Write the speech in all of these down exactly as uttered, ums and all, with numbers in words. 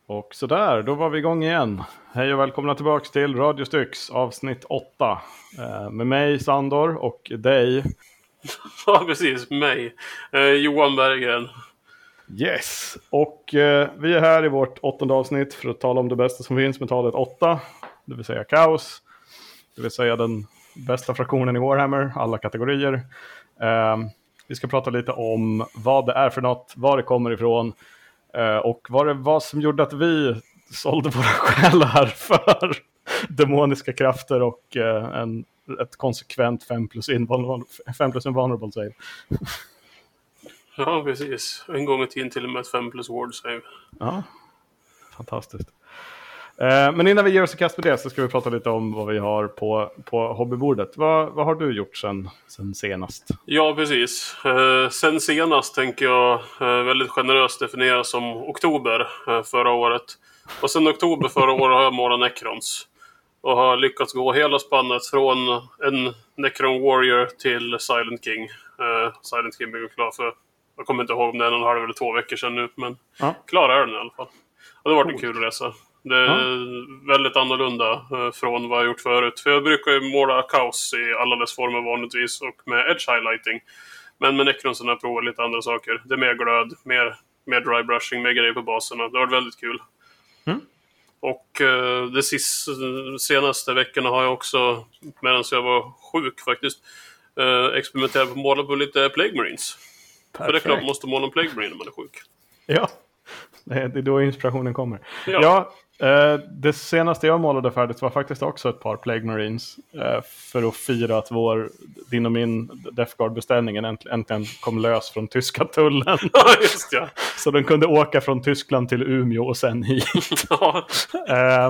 Och sådär, då var vi igång igen. Hej och välkomna tillbaka till Radio Styx, avsnitt åtta. Eh, med mig, Sandor, och dig. Ja, precis. Mig. Eh, Johan Berggren. Yes, och eh, vi är här i vårt åttonde avsnitt för att tala om det bästa som finns med talet åtta. Det vill säga kaos. Det vill säga den bästa fraktionen i Warhammer, alla kategorier. Eh, vi ska prata lite om vad det är för något, var det kommer ifrån. Uh, och vad det var som gjorde att vi sålde våra själar för demoniska krafter och uh, en, ett konsekvent fem plus invulnerable save. Ja, precis. En gång i tiden till och med ett fem plus ward save. Ja, fantastiskt. Uh, men innan vi ger oss i kast med det så ska vi prata lite om vad vi har på, på hobbybordet. Vad, vad har du gjort sen, sen senast? Ja, precis. Eh, sen senast tänker jag eh, väldigt generöst definiera som oktober eh, förra året. Och sen oktober förra året har jag målat Necrons. Och har lyckats gå hela spannet från en Necron Warrior till Silent King. Eh, Silent King blir klar för, jag kommer inte ihåg om det är en halv eller två veckor sedan nu. Men ja. Klar är den i alla fall. Och det har varit en kul resa. Det är ja. väldigt annorlunda eh, från vad jag gjort förut. För jag brukar ju måla kaos i alla dess former vanligtvis och med edge highlighting. Men med Necronsen har jag provat lite andra saker. Det är mer glöd, mer, mer dry brushing, mer grejer på baserna. Det har varit väldigt kul. Mm. Och eh, det sista, senaste veckorna har jag också, medan jag var sjuk faktiskt, eh, experimenterat på att måla på lite Plague Marines. Perfekt. För det är klart man måste måla en Plague Marine när man är sjuk. Ja, det är då inspirationen kommer. Ja, ja eh, det senaste jag målade färdigt var faktiskt också ett par Plague Marines. Eh, för att fira att vår, din och min Death Guard-beställningen änt, äntligen kom lös från tyska tullen. Ja, just ja. Så den kunde åka från Tyskland till Umeå och sen hit. Ja. eh,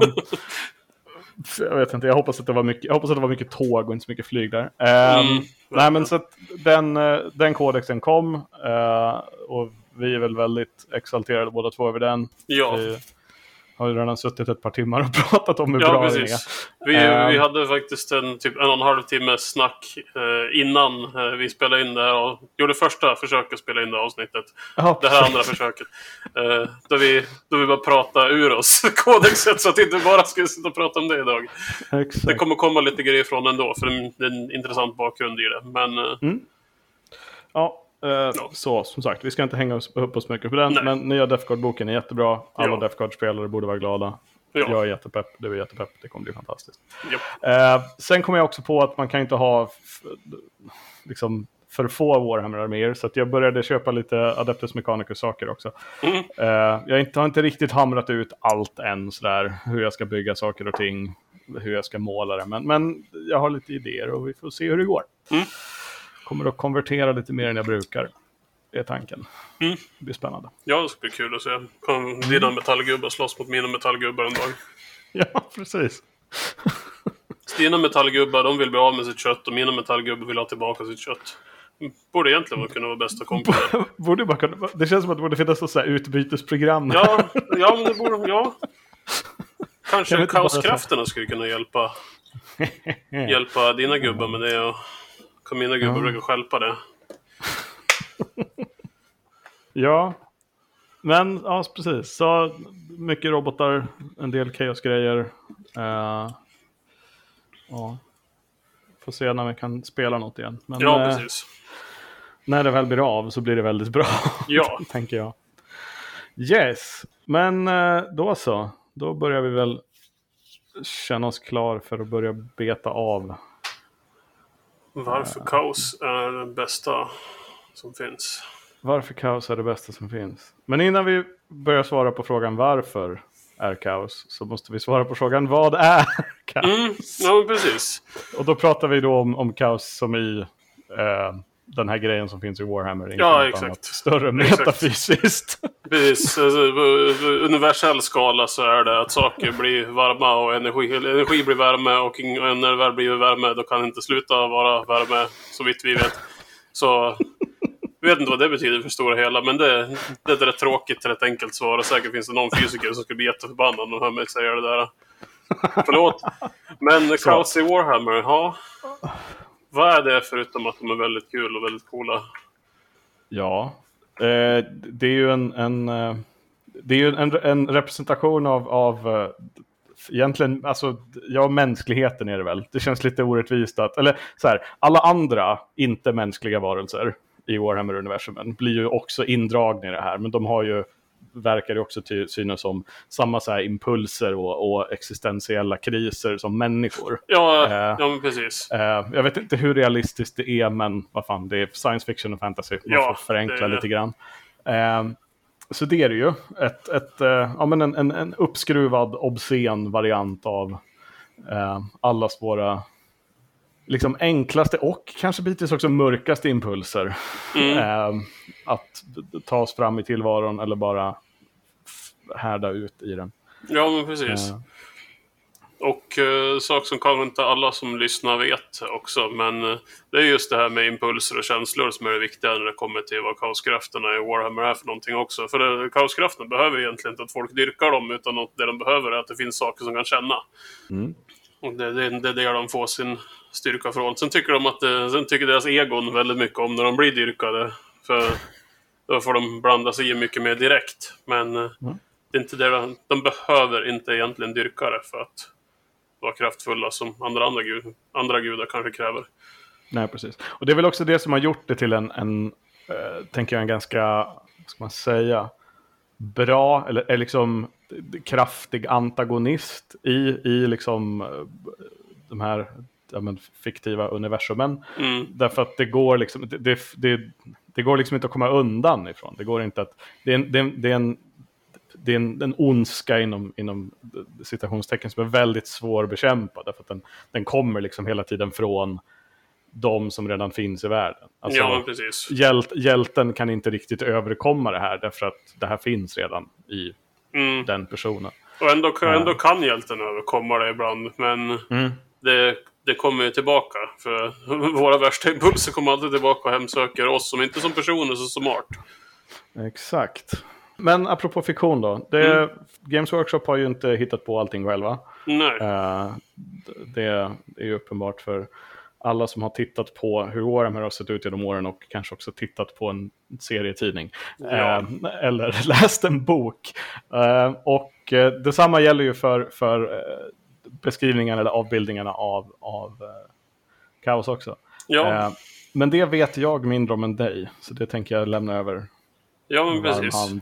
jag vet inte, jag hoppas att det var mycket, jag hoppas att det var mycket tåg och inte så mycket flyg där. Eh, mm. Nej, men så att den, den kodexen kom eh, och vi är väl väldigt exalterade båda två över den. Ja. Vi har ju redan suttit ett par timmar och pratat om hur ja, bra precis. det är. Vi, um, vi hade faktiskt en, typ en och en halv timme snack eh, innan eh, vi spelade in det här. Och gjorde första försöket att spela in det avsnittet. Oh, det här precis. andra försöket. Eh, då, vi, då vi bara prata ur oss kodexet så att vi inte bara skulle sitta och prata om det idag. Exakt. Det kommer komma lite grejer från ändå. För det är en intressant bakgrund i det. Men... Eh, mm. Ja. Uh, no. Så, som sagt, vi ska inte hänga upp oss mycket på den. Nej. Men nya Death Guard-boken är jättebra. Alla ja. Death Guard-spelare borde vara glada. Ja. Jag är jättepepp, det är jättepepp. Det kommer bli fantastiskt. Yep. Uh, sen kommer jag också på att man kan inte ha f- liksom för få Warhammer-arméer. Så att jag började köpa lite Adeptus Mechanicus-saker också. Mm. Uh, jag inte, har inte riktigt hamrat ut allt än sådär. Hur jag ska bygga saker och ting. Hur jag ska måla det. Men, men jag har lite idéer och vi får se hur det går. Mm. Kommer att konvertera lite mer än jag brukar. Det är tanken. Mm. Det blir spännande. Ja, det ska bli kul att se. Kom dina metallgubbar slåss mot mina metallgubbar en dag. Ja, precis. Dina metallgubbar, de vill bli av med sitt kött och mina metallgubbar vill ha tillbaka sitt kött. Borde egentligen kunna vara bästa kompisar. Borde bara kunna, det känns som att det borde finnas så här utbytesprogram. Ja, ja, men det borde, ja. Kanske kaoskrafterna skulle kunna hjälpa hjälpa dina gubbar med det och kan mina gubbar ja. brukar skälpa det. Ja, men ja, precis. Så mycket robotar, en del chaos-grejer. Uh, ja. Får se när vi kan spela något igen. Men, ja, precis. Uh, när det väl blir av så blir det väldigt bra. Ja. Tänker jag. Yes, men uh, då så. Då börjar vi väl känna oss klar för att börja beta av. Varför uh, kaos är det bästa som finns? Varför kaos är det bästa som finns? Men innan vi börjar svara på frågan varför är kaos så måste vi svara på frågan vad är kaos? Mm, ja, precis. Och då pratar vi då om, om kaos som i uh, den här grejen som finns i Warhammer. Ja, exakt. Större metafysiskt. Precis. Alltså, universell skala så är det att saker blir varma och energi, energi blir värme och när det väl blir värme då kan det inte sluta vara värme så vitt vi vet. Så jag vet inte vad det betyder för stora hela, men det, det är rätt tråkigt, rätt enkelt svar. Och säkert finns det någon fysiker som skulle bli jätteförbannad om de hör mig säga det där. Förlåt. Men kaos i Warhammer, ja. Vad är det förutom att de är väldigt kul och väldigt coola? Ja, eh, det är ju en, en eh, det är ju en, en representation av, av uh, egentligen, alltså, ja, mänskligheten är det väl. Det känns lite orättvist att, eller så här, alla andra inte mänskliga varelser i Warhammer-universumen blir ju också indragna i det här, men de har ju, verkar ju också till synes som samma så här impulser och, och existentiella kriser som människor. Ja, eh, ja men precis. Eh, jag vet inte hur realistiskt det är, men vad fan, det är science fiction och fantasy. Man ja, får förenkla det lite grann. Eh, så det är det ju. Ett, ett, eh, ja, men en, en, en uppskruvad, obscen variant av eh, allas våra liksom enklaste och kanske bitvis också mörkaste impulser. Mm. Eh, att ta oss fram i tillvaron eller bara härda ut i den. Ja, men precis. Eh. Och eh, sak som kanske inte alla som lyssnar vet också, men eh, det är just det här med impulser och känslor som är det viktiga när det kommer till vad kaoskrafterna i Warhammer är för någonting också. För det, kaoskrafterna behöver egentligen inte att folk dyrkar dem, utan att det de behöver är att det finns saker som kan känna. Mm. Och det, det, det är det de får sin styrka från. Sen tycker de att det, sen tycker deras egon väldigt mycket om när de blir dyrkade, för då får de blanda sig i mycket mer direkt. Men mm. det är inte det de, de behöver inte egentligen dyrkare för att vara kraftfulla som andra, andra, gud, andra gudar kanske kräver. Nej, precis. Och det är väl också det som har gjort det till en, en äh, tänker jag, en ganska, vad ska man säga, bra, eller, eller liksom kraftig antagonist i, i liksom de här, ja, men, fiktiva universumen. Mm. Därför att det går liksom, det, det, det, det går liksom inte att komma undan ifrån. Det går inte att, det är en, det är en, det är en Det är en, en ondska inom, inom citationstecken som är väldigt svår att bekämpa. Därför att den, den kommer liksom hela tiden från de som redan finns i världen. Alltså, ja, precis. Hjält, hjälten kan inte riktigt överkomma det här, därför att det här finns redan i mm. den personen. Och ändå, ändå kan hjälten överkomma det ibland, men mm. det, det kommer ju tillbaka. För våra värsta impulser kommer alltid tillbaka och hemsöker oss som inte som personer så som art. Exakt. Men apropå fiktion då. Det, mm. Games Workshop har ju inte hittat på allting själva. Nej. Uh, det, det är ju uppenbart för alla som har tittat på hur Warhammer har sett ut genom åren och kanske också tittat på en serietidning. Ja. Uh, eller läst en bok. Uh, och uh, detsamma gäller ju för, för uh, beskrivningarna eller avbildningarna av, av uh, Kaos också. Ja. Uh, men det vet jag mindre om än dig. Så det tänker jag lämna över. Ja, men precis. Hand.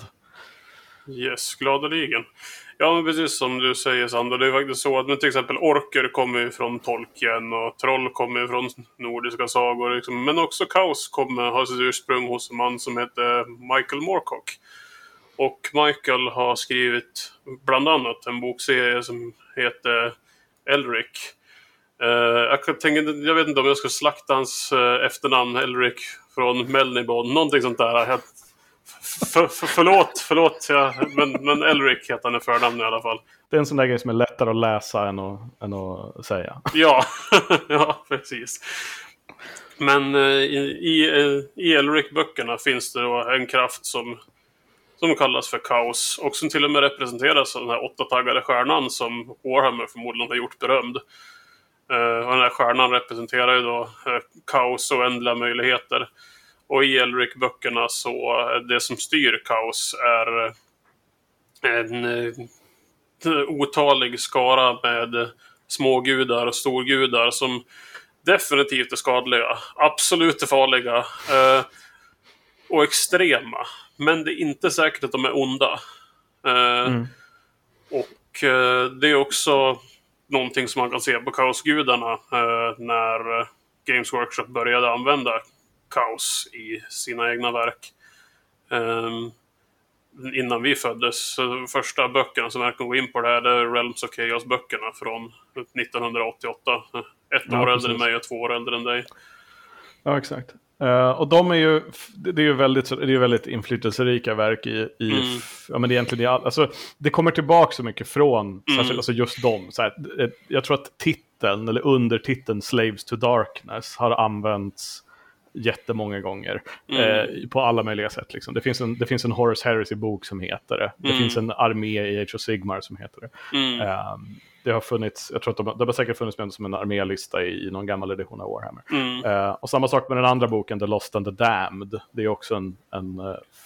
Yes, gladeligen. Ja, men precis som du säger, Sandra, det är faktiskt så att men till exempel orker kommer ju från Tolkien och troll kommer ju från nordiska sagor liksom. Men också Kaos kommer ha sitt ursprung hos en man som heter Michael Moorcock. Och Michael har skrivit bland annat en bokserie som heter Elric. Uh, jag, tänker, jag vet inte om jag ska slakta hans uh, efternamn Elric från Melnibon, någonting sånt där. Jag, För, för, förlåt, förlåt ja, men, men Elric heter han i förnamn i alla fall. Det är en sån där grej som är lättare att läsa än att, än att säga. Ja, ja, precis. Men eh, i, i, i Elric-böckerna finns det då en kraft som, som kallas för kaos. Och som till och med representeras av den här åtta-taggade stjärnan som Warhammer förmodligen har gjort berömd. Eh, och den här stjärnan representerar ju då eh, kaos och ändliga möjligheter. Och i Elric-böckerna så det som styr kaos är en, en otalig skara med smågudar och storgudar som definitivt är skadliga, absolut är farliga eh, och extrema. Men det är inte säkert att de är onda. Eh, mm. Och eh, det är också någonting som man kan se på kaosgudarna eh, när Games Workshop började använda kaos i sina egna verk. Um, innan vi föddes. Första böckerna som verkligen går in på det här, det är Realms of Chaos-böckerna från nittonhundraåttioåtta. Ett ja, år precis. Äldre än mig och två år äldre än dig. Ja, exakt. Uh, och de är ju, det är ju väldigt, det är ju väldigt inflytelserika verk i, i mm. ja, men det är egentligen, alltså, det kommer tillbaka så mycket från mm. särskilt, alltså just dem. Så här, jag tror att titeln, eller undertiteln Slaves to Darkness har använts jättemånga gånger mm. eh, på alla möjliga sätt liksom. Det finns en, det finns en Horus Heresy-bok som heter det. Det mm. finns en armé i Age of Sigmar som heter det. Mm. Eh, det har funnits, jag tror att de, de har säkert funnits med som en armélista i, i någon gammal edition av Warhammer. Mm. Eh, och samma sak med den andra boken, The Lost and the Damned. Det är också en, en,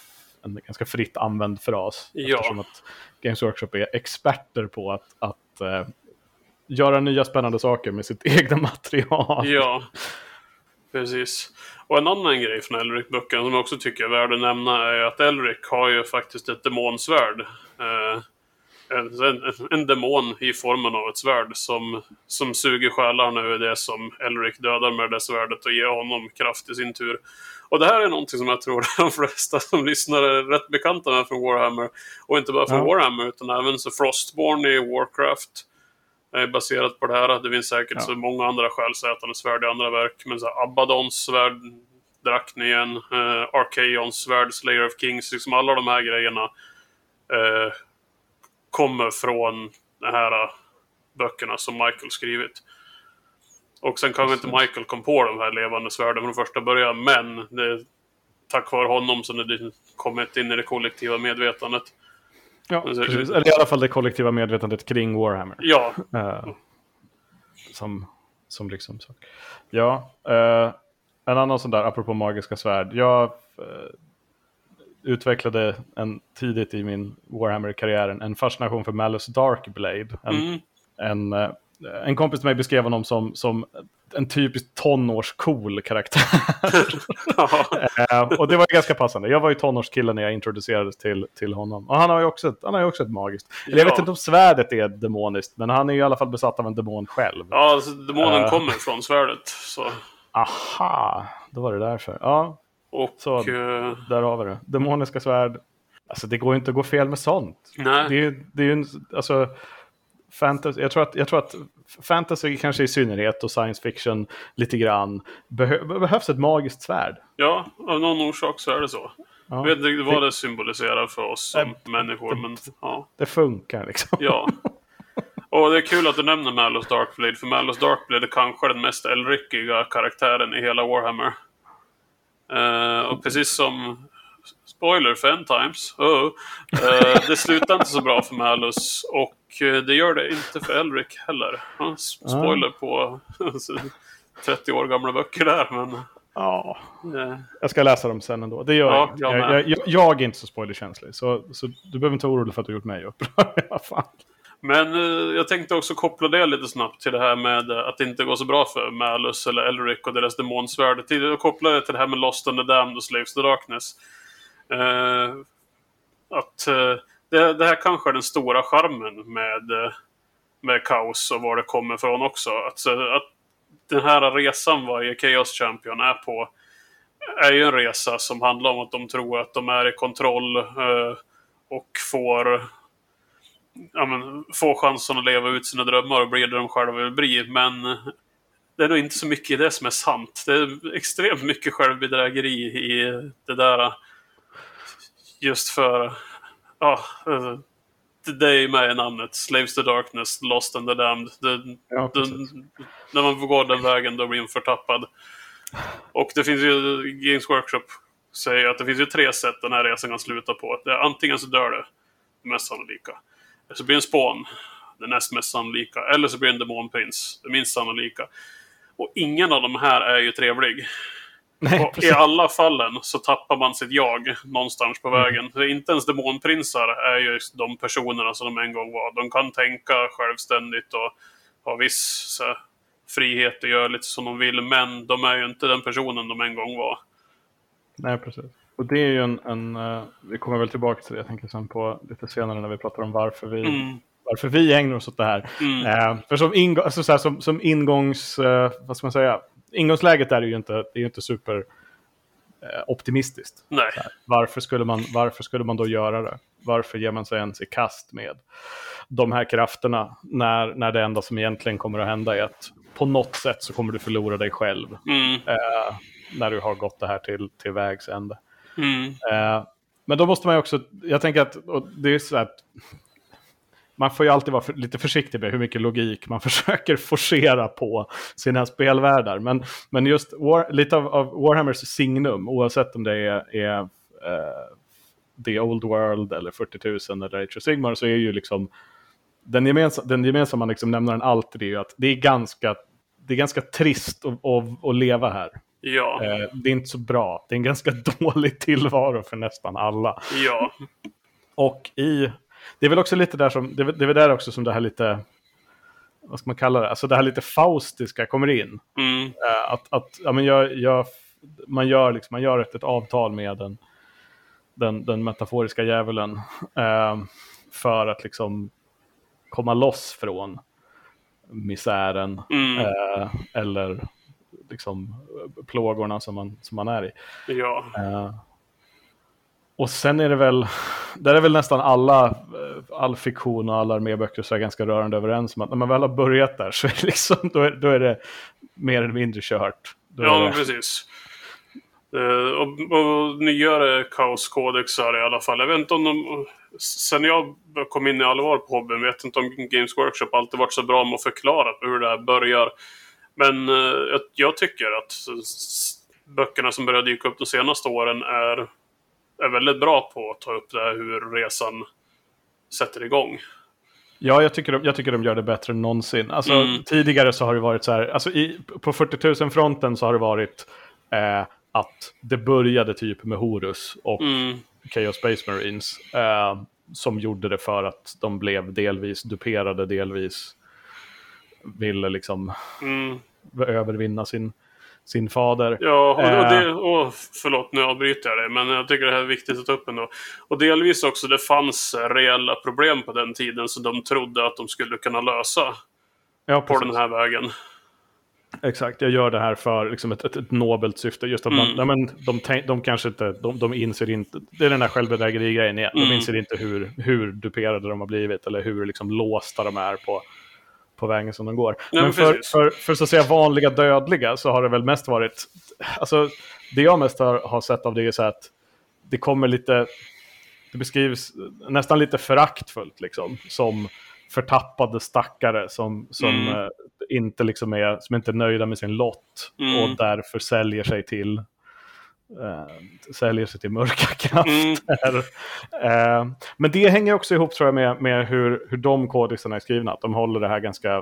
en ganska fritt använd fras. Ja. Eftersom att Games Workshop är experter på att, att uh, göra nya spännande saker med sitt egna material. Ja, precis. Och en annan grej från Elric-böckerna som jag också tycker är värd att nämna är att Elric har ju faktiskt ett demonsvärd. Uh, En, en, en demon i formen av ett svärd som, som suger själarna ur det som Elric dödar med det svärdet och ger honom kraft i sin tur. Och det här är någonting som jag tror de flesta som lyssnar är rätt bekanta med från Warhammer. Och inte bara från ja. Warhammer utan även så Frostborn i Warcraft är baserat på det här. Det finns säkert ja. så många andra själsätande svärd i andra verk. Men så Abaddons svärd, Draknien, eh, Archaeons svärd, Slayer of Kings, liksom alla de här grejerna eh, kommer från de här böckerna som Michael skrivit. Och sen kanske inte Michael kom på de här levande svärden från första början, men det är tack vare honom som det kommit in i det kollektiva medvetandet. Ja, precis. Eller i alla fall det kollektiva medvetandet kring Warhammer. Ja. Uh, som, som liksom så. Ja, uh, en annan sån där, apropå magiska svärd. Jag uh, utvecklade en, tidigt i min Warhammer-karriären en fascination för Malus Darkblade. En, mm. en, uh, en kompis till mig beskrev honom som, som en typisk tonårscool karaktär. uh, och det var ganska passande. Jag var ju tonårskille när jag introducerades till, till honom. Och han har ju också ett, han har ju också ett magiskt. Eller jag vet inte om svärdet är demoniskt, men han är ju i alla fall besatt av en demon själv. Ja, alltså, demonen uh, kommer från svärdet. Så. Aha, då var det därför. Ja, och så, uh, där har vi det. Demoniska svärd. Alltså det går ju inte att gå fel med sånt. Nej. Det är ju, det är ju alltså... Fantasy, jag tror att, jag tror att fantasy kanske i synnerhet och science fiction lite grann behö, behövs ett magiskt svärd. Ja, av någon orsak så är det så. Ja. Jag vet inte vad det symboliserar för oss som äh, människor, det, men ja. Det funkar liksom. Ja. Och det är kul att du nämner Malus Darkblade, för Malus Darkblade är kanske den mest elrickiga karaktären i hela Warhammer. Uh, och precis som spoiler för End Times. Oh. Uh, det slutar inte så bra för Malus. Och uh, det gör det inte för Elric heller. Uh, spoiler på trettio år gamla böcker där. Men, ja, uh, jag ska läsa dem sen ändå. Det gör ja, jag, jag, jag, jag. Jag är inte så spoilerkänslig. Så, så du behöver inte vara orolig för att du har gjort mig upprörd i alla fall. Men uh, jag tänkte också koppla det lite snabbt till det här med uh, att det inte går så bra för Malus eller Elric och deras demonsvärd. Tidigare koppla det till det här med Lost and the Damned och Slaves to Darkness. Uh, att uh, det, det här kanske är den stora charmen med, uh, med kaos och var det kommer från också. Att, uh, att den här resan varje Chaos Champion är på är ju en resa som handlar om att de tror att de är i kontroll uh, och får, ja, men, får chansen att leva ut sina drömmar och bli det de själva vill bli. Men det är nog inte så mycket i det som är sant. Det är extremt mycket självbedrägeri i det där. Just för, ja, det är ju med i namnet. Slaves to Darkness, Lost and the Damned. Det, ja, det, när man får gå den vägen då blir man förtappad. Och det finns ju, Games Workshop säger att det finns ju tre sätt den här resan kan sluta på. Det är antingen så dör det, det mest sannolika. Eller så blir en spån, det näst mest sannolika. Eller så blir en demonprins, det minst sannolika. Och ingen av de här är ju trevlig. Nej, och i alla fallen så tappar man sitt jag någonstans på vägen. Mm. För inte ens demonprinsar är ju de personerna som de en gång var. De kan tänka självständigt och ha viss så här, frihet och göra lite som de vill. Men de är ju inte den personen de en gång var. Nej, precis. Och det är ju en... en uh, vi kommer väl tillbaka till det, jag tänker sen på lite senare när vi pratar om varför vi... Mm. Varför vi ägnar oss åt det här. Mm. Uh, för som, ingång, alltså så här, som, som ingångs... Uh, vad ska man säga... Ingångsläget är ju inte, det är ju inte super eh, optimistiskt. Nej. Så här, varför, skulle man, varför skulle man då göra det? Varför ger man sig ens i kast med de här krafterna när, när det enda som egentligen kommer att hända är att på något sätt så kommer du förlora dig själv mm. eh, när du har gått det här till, till vägs ände. Mm. Eh, men då måste man ju också, jag tänker att och det är så att man får ju alltid vara för, lite försiktig med hur mycket logik man försöker forcera på sina spelvärldar. Men, men just War, lite av, av Warhammers signum, oavsett om det är, är uh, The Old World eller fyrtio tusen eller Age of Sigmar, så är ju liksom den, gemensam, den gemensamma liksom nämnaren alltid är ju att det är ganska, det är ganska trist att, att, att leva här. Ja. Eh, det är inte så bra. Det är en ganska dålig tillvaro för nästan alla. Ja. Och i... Det är väl också lite där som... Det är, det är väl där också som det här lite... Vad ska man kalla det? Alltså det här lite faustiska kommer in. Mm. Eh, att att ja, men jag, jag, man gör, liksom, man gör ett, ett avtal med den, den, den metaforiska djävulen. Eh, för att liksom komma loss från misären. Mm. Eh, eller liksom plågorna som man, som man är i. Ja. Eh, och sen är det väl, där är väl nästan alla, all fiktion och alla arméböcker så är ganska rörande överens om att när man väl har börjat där så är det liksom, då är, då är det mer eller mindre kört. Då ja, det... precis. Uh, och, och nyare kaoskodexar i alla fall. Jag vet inte om de, sen jag kom in i allvar på hobbyn, vet inte om Games Workshop alltid varit så bra med att förklara hur det här börjar. Men uh, jag, jag tycker att böckerna som börjar dyka upp de senaste åren är, är väldigt bra på att ta upp det här, hur resan sätter igång. Ja, jag tycker, de, jag tycker de gör det bättre än någonsin. Alltså, mm. tidigare så har det varit så här, alltså i, på fyrtio tusen fronten så har det varit eh, att det började typ med Horus och mm. Chaos Space Marines eh, som gjorde det för att de blev delvis duperade, delvis ville liksom mm. övervinna sin, sin fader. Ja, och, och det, och, förlåt nu avbryter jag det, men jag tycker det här är viktigt att ta upp ändå. Och delvis också, det fanns reella problem på den tiden så de trodde att de skulle kunna lösa ja, på den här vägen. Exakt, jag gör det här för liksom ett, ett, ett nobelt syfte. Just att mm. man, nej, men de, de, de kanske inte, de, de inser inte, det är den här självbedrägeri-grejen igen. Mm. De inser inte hur, hur duperade de har blivit eller hur liksom låsta de är på, på vägen som de går. Nej, men för, för, för så att säga vanliga dödliga så har det väl mest varit, alltså det jag mest har, har sett av det är så att det kommer lite, det beskrivs nästan lite föraktfullt liksom, som förtappade stackare som, som mm. eh, inte liksom är, som inte är nöjda med sin lott mm. och därför säljer sig till eh, säljer sig till mörka krafter. Mm. Eh, men det hänger också ihop tror jag med, med hur, hur de kodexarna är skrivna. Att de håller det här ganska,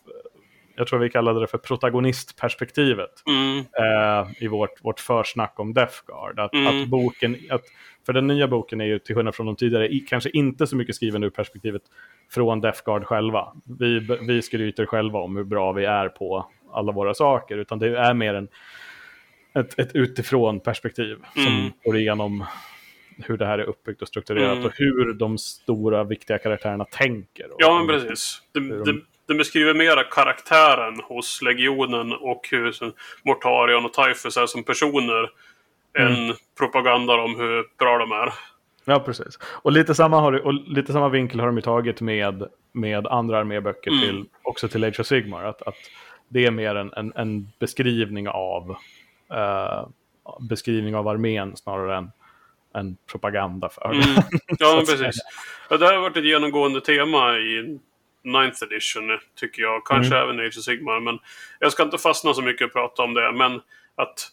jag tror vi kallade det för protagonistperspektivet mm. eh, i vårt, vårt försnack om Death Guard. Att, mm. att boken, att, för den nya boken är ju till skillnad från de tidigare i, kanske inte så mycket skriven ur perspektivet från Death Guard själva. Vi, vi skryter själva om hur bra vi är på alla våra saker, utan det är mer en, ett, ett utifrån perspektiv mm. som går igenom hur det här är uppbyggt och strukturerat mm. och hur de stora viktiga karaktärerna tänker. Ja, men precis. Det, de... det, det beskriver mera karaktären hos legionen och hur Mortarion och Typhus är som personer mm. än propaganda om hur bra de är. Ja, precis. Och lite samma, har, och lite samma vinkel har de ju tagit med, med andra arméböcker mm. till, också till Age of Sigmar. Att, att det är mer en, en, en beskrivning av uh, beskrivning av armén snarare än en propaganda för mm. Ja, men precis. Ja, det har varit ett genomgående tema i ninth edition, tycker jag. Kanske mm. även Age of Sigmar. Men jag ska inte fastna så mycket och prata om det. Men att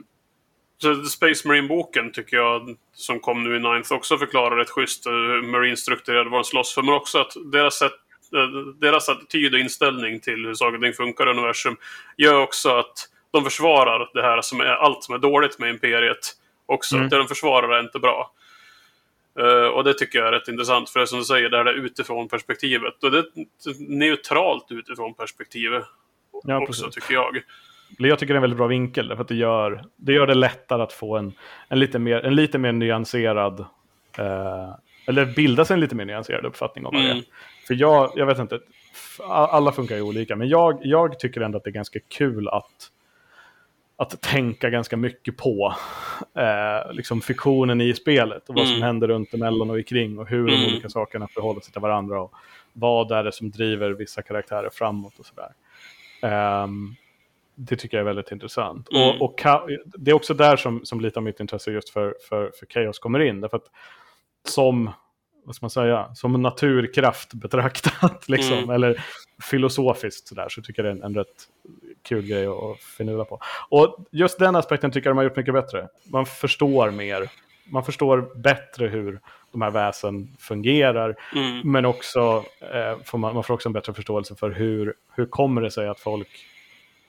så Space Marine-boken tycker jag som kom nu i ninth också förklarar rätt schysst hur Marine strukturerade var en slåss för. Men också att deras, sätt, deras attityd och inställning till hur saker och ting funkar i universum gör också att de försvarar det här som är allt som är dåligt med imperiet också. Mm. Det de försvarar är inte bra. Uh, och det tycker jag är rätt intressant. För det som du säger, det här är utifrån perspektivet. Och det är ett neutralt utifrån perspektivet ja, också, precis. Tycker jag. Jag tycker det är en väldigt bra vinkel. För att det gör det, gör det lättare att få en, en, lite, mer, en lite mer nyanserad uh, eller bilda sig en lite mer nyanserad uppfattning om mm. det. För jag, jag vet inte, alla funkar ju olika. Men jag, jag tycker ändå att det är ganska kul att att tänka ganska mycket på eh, liksom fiktionen i spelet och vad som mm. händer runt emellan och ikring och hur mm. de olika sakerna förhåller sig till varandra och vad är det som driver vissa karaktärer framåt och sådär. Um, det tycker jag är väldigt intressant. Mm. Och, och ka- det är också där som, som lite av mitt intresse just för, för, för Chaos kommer in. Därför att som, vad ska man säga, som naturkraft betraktat liksom, mm. eller filosofiskt sådär, så tycker jag det är en, en rätt kul grej att finura på. Och just den aspekten tycker jag de har gjort mycket bättre. Man förstår mer. Man förstår bättre hur de här väsen fungerar. Mm. Men också eh, får man, man får också en bättre förståelse för hur, hur kommer det sig att folk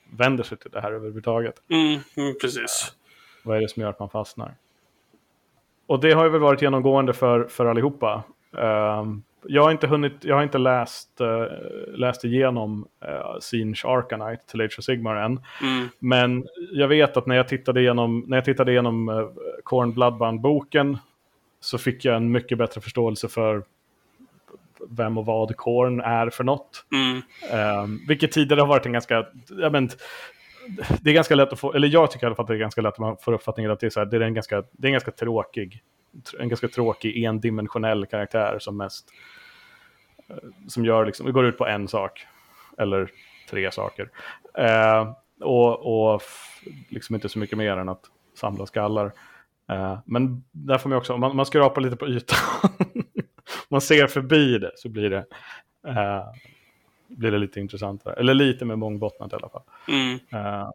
vänder sig till det här överhuvudtaget. Mm, mm, precis. Vad är det som gör att man fastnar? Och det har ju väl varit genomgående för, för allihopa. Um, jag har inte hunnit, jag har inte läst, uh, läst igenom uh, Siege Arcanite till Age of Sigmar än. Mm. Men jag vet att när jag tittade igenom, när jag tittade igenom uh, Khorne Bloodbound-boken så fick jag en mycket bättre förståelse för vem och vad Khorne är för något. Mm. Um, vilket tidigare har varit en ganska... Jag men, det är ganska lätt att få... Eller jag tycker i alla fall att det är ganska lätt att man får uppfattningen att det är, så här, det är en ganska, det är en ganska tråkig en ganska tråkig endimensionell karaktär som mest... Som gör liksom... Det går ut på en sak. Eller tre saker. Uh, och och liksom inte så mycket mer än att samla skallar. Uh, men där får man också... Man, man skrapar lite på ytan. Man ser förbi det så blir det uh, blir det lite intressantare. Eller lite med mångbottnat i alla fall. Mm. Uh,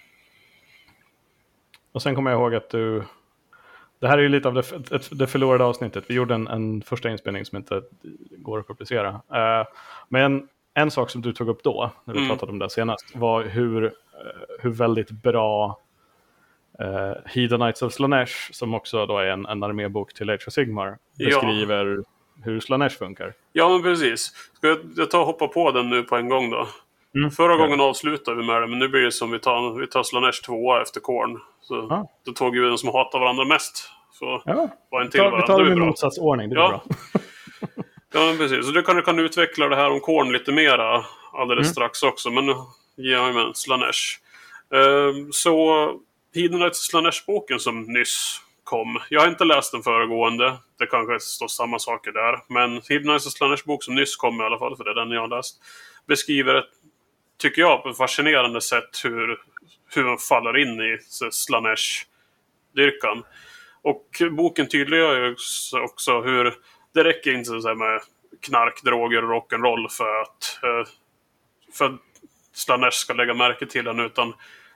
och sen kommer jag ihåg att du... Det här är ju lite av det, ett, det förlorade avsnittet. Vi gjorde en, en första inspelning som inte går att publicera. Uh, men en sak som du tog upp då, när vi mm. pratade om det senast, var hur, uh, hur väldigt bra uh, Heathen Knights of Slaanesh, som också då är en, en armébok till Age of Sigmar, beskriver... Ja. Hur Slaanesh funkar. Ja, men precis. Ska jag, jag ta och hoppa på den nu på en gång då? Mm. Förra ja. gången avslutade vi med det, men nu blir det som vi tar, vi tar Slaanesh två efter Khorne. Så ah. då tog vi den som hatar varandra mest. Så ja. var en till vi tar, vi tar det i motsatsordning, det är ja. bra. Ja, men precis. Så du kan, du kan utveckla det här om Khorne lite mera alldeles mm. strax också. Men ja, men Slaanesh. Uh, så Heathen Knights of Slaanesh-boken som nyss kom. Jag har inte läst den föregående. Det kanske står samma saker där. Men Heathen Knights of Slaanesh-bok som nyss kom i alla fall, för det är den jag har läst, beskriver ett, tycker jag, på ett fascinerande sätt hur, hur man faller in i Slaanesh-dyrkan. Och boken tydliggör ju också hur det räcker inte så att med knark, droger och rock'n'roll för att för att Slaanesh ska lägga märke till den, utan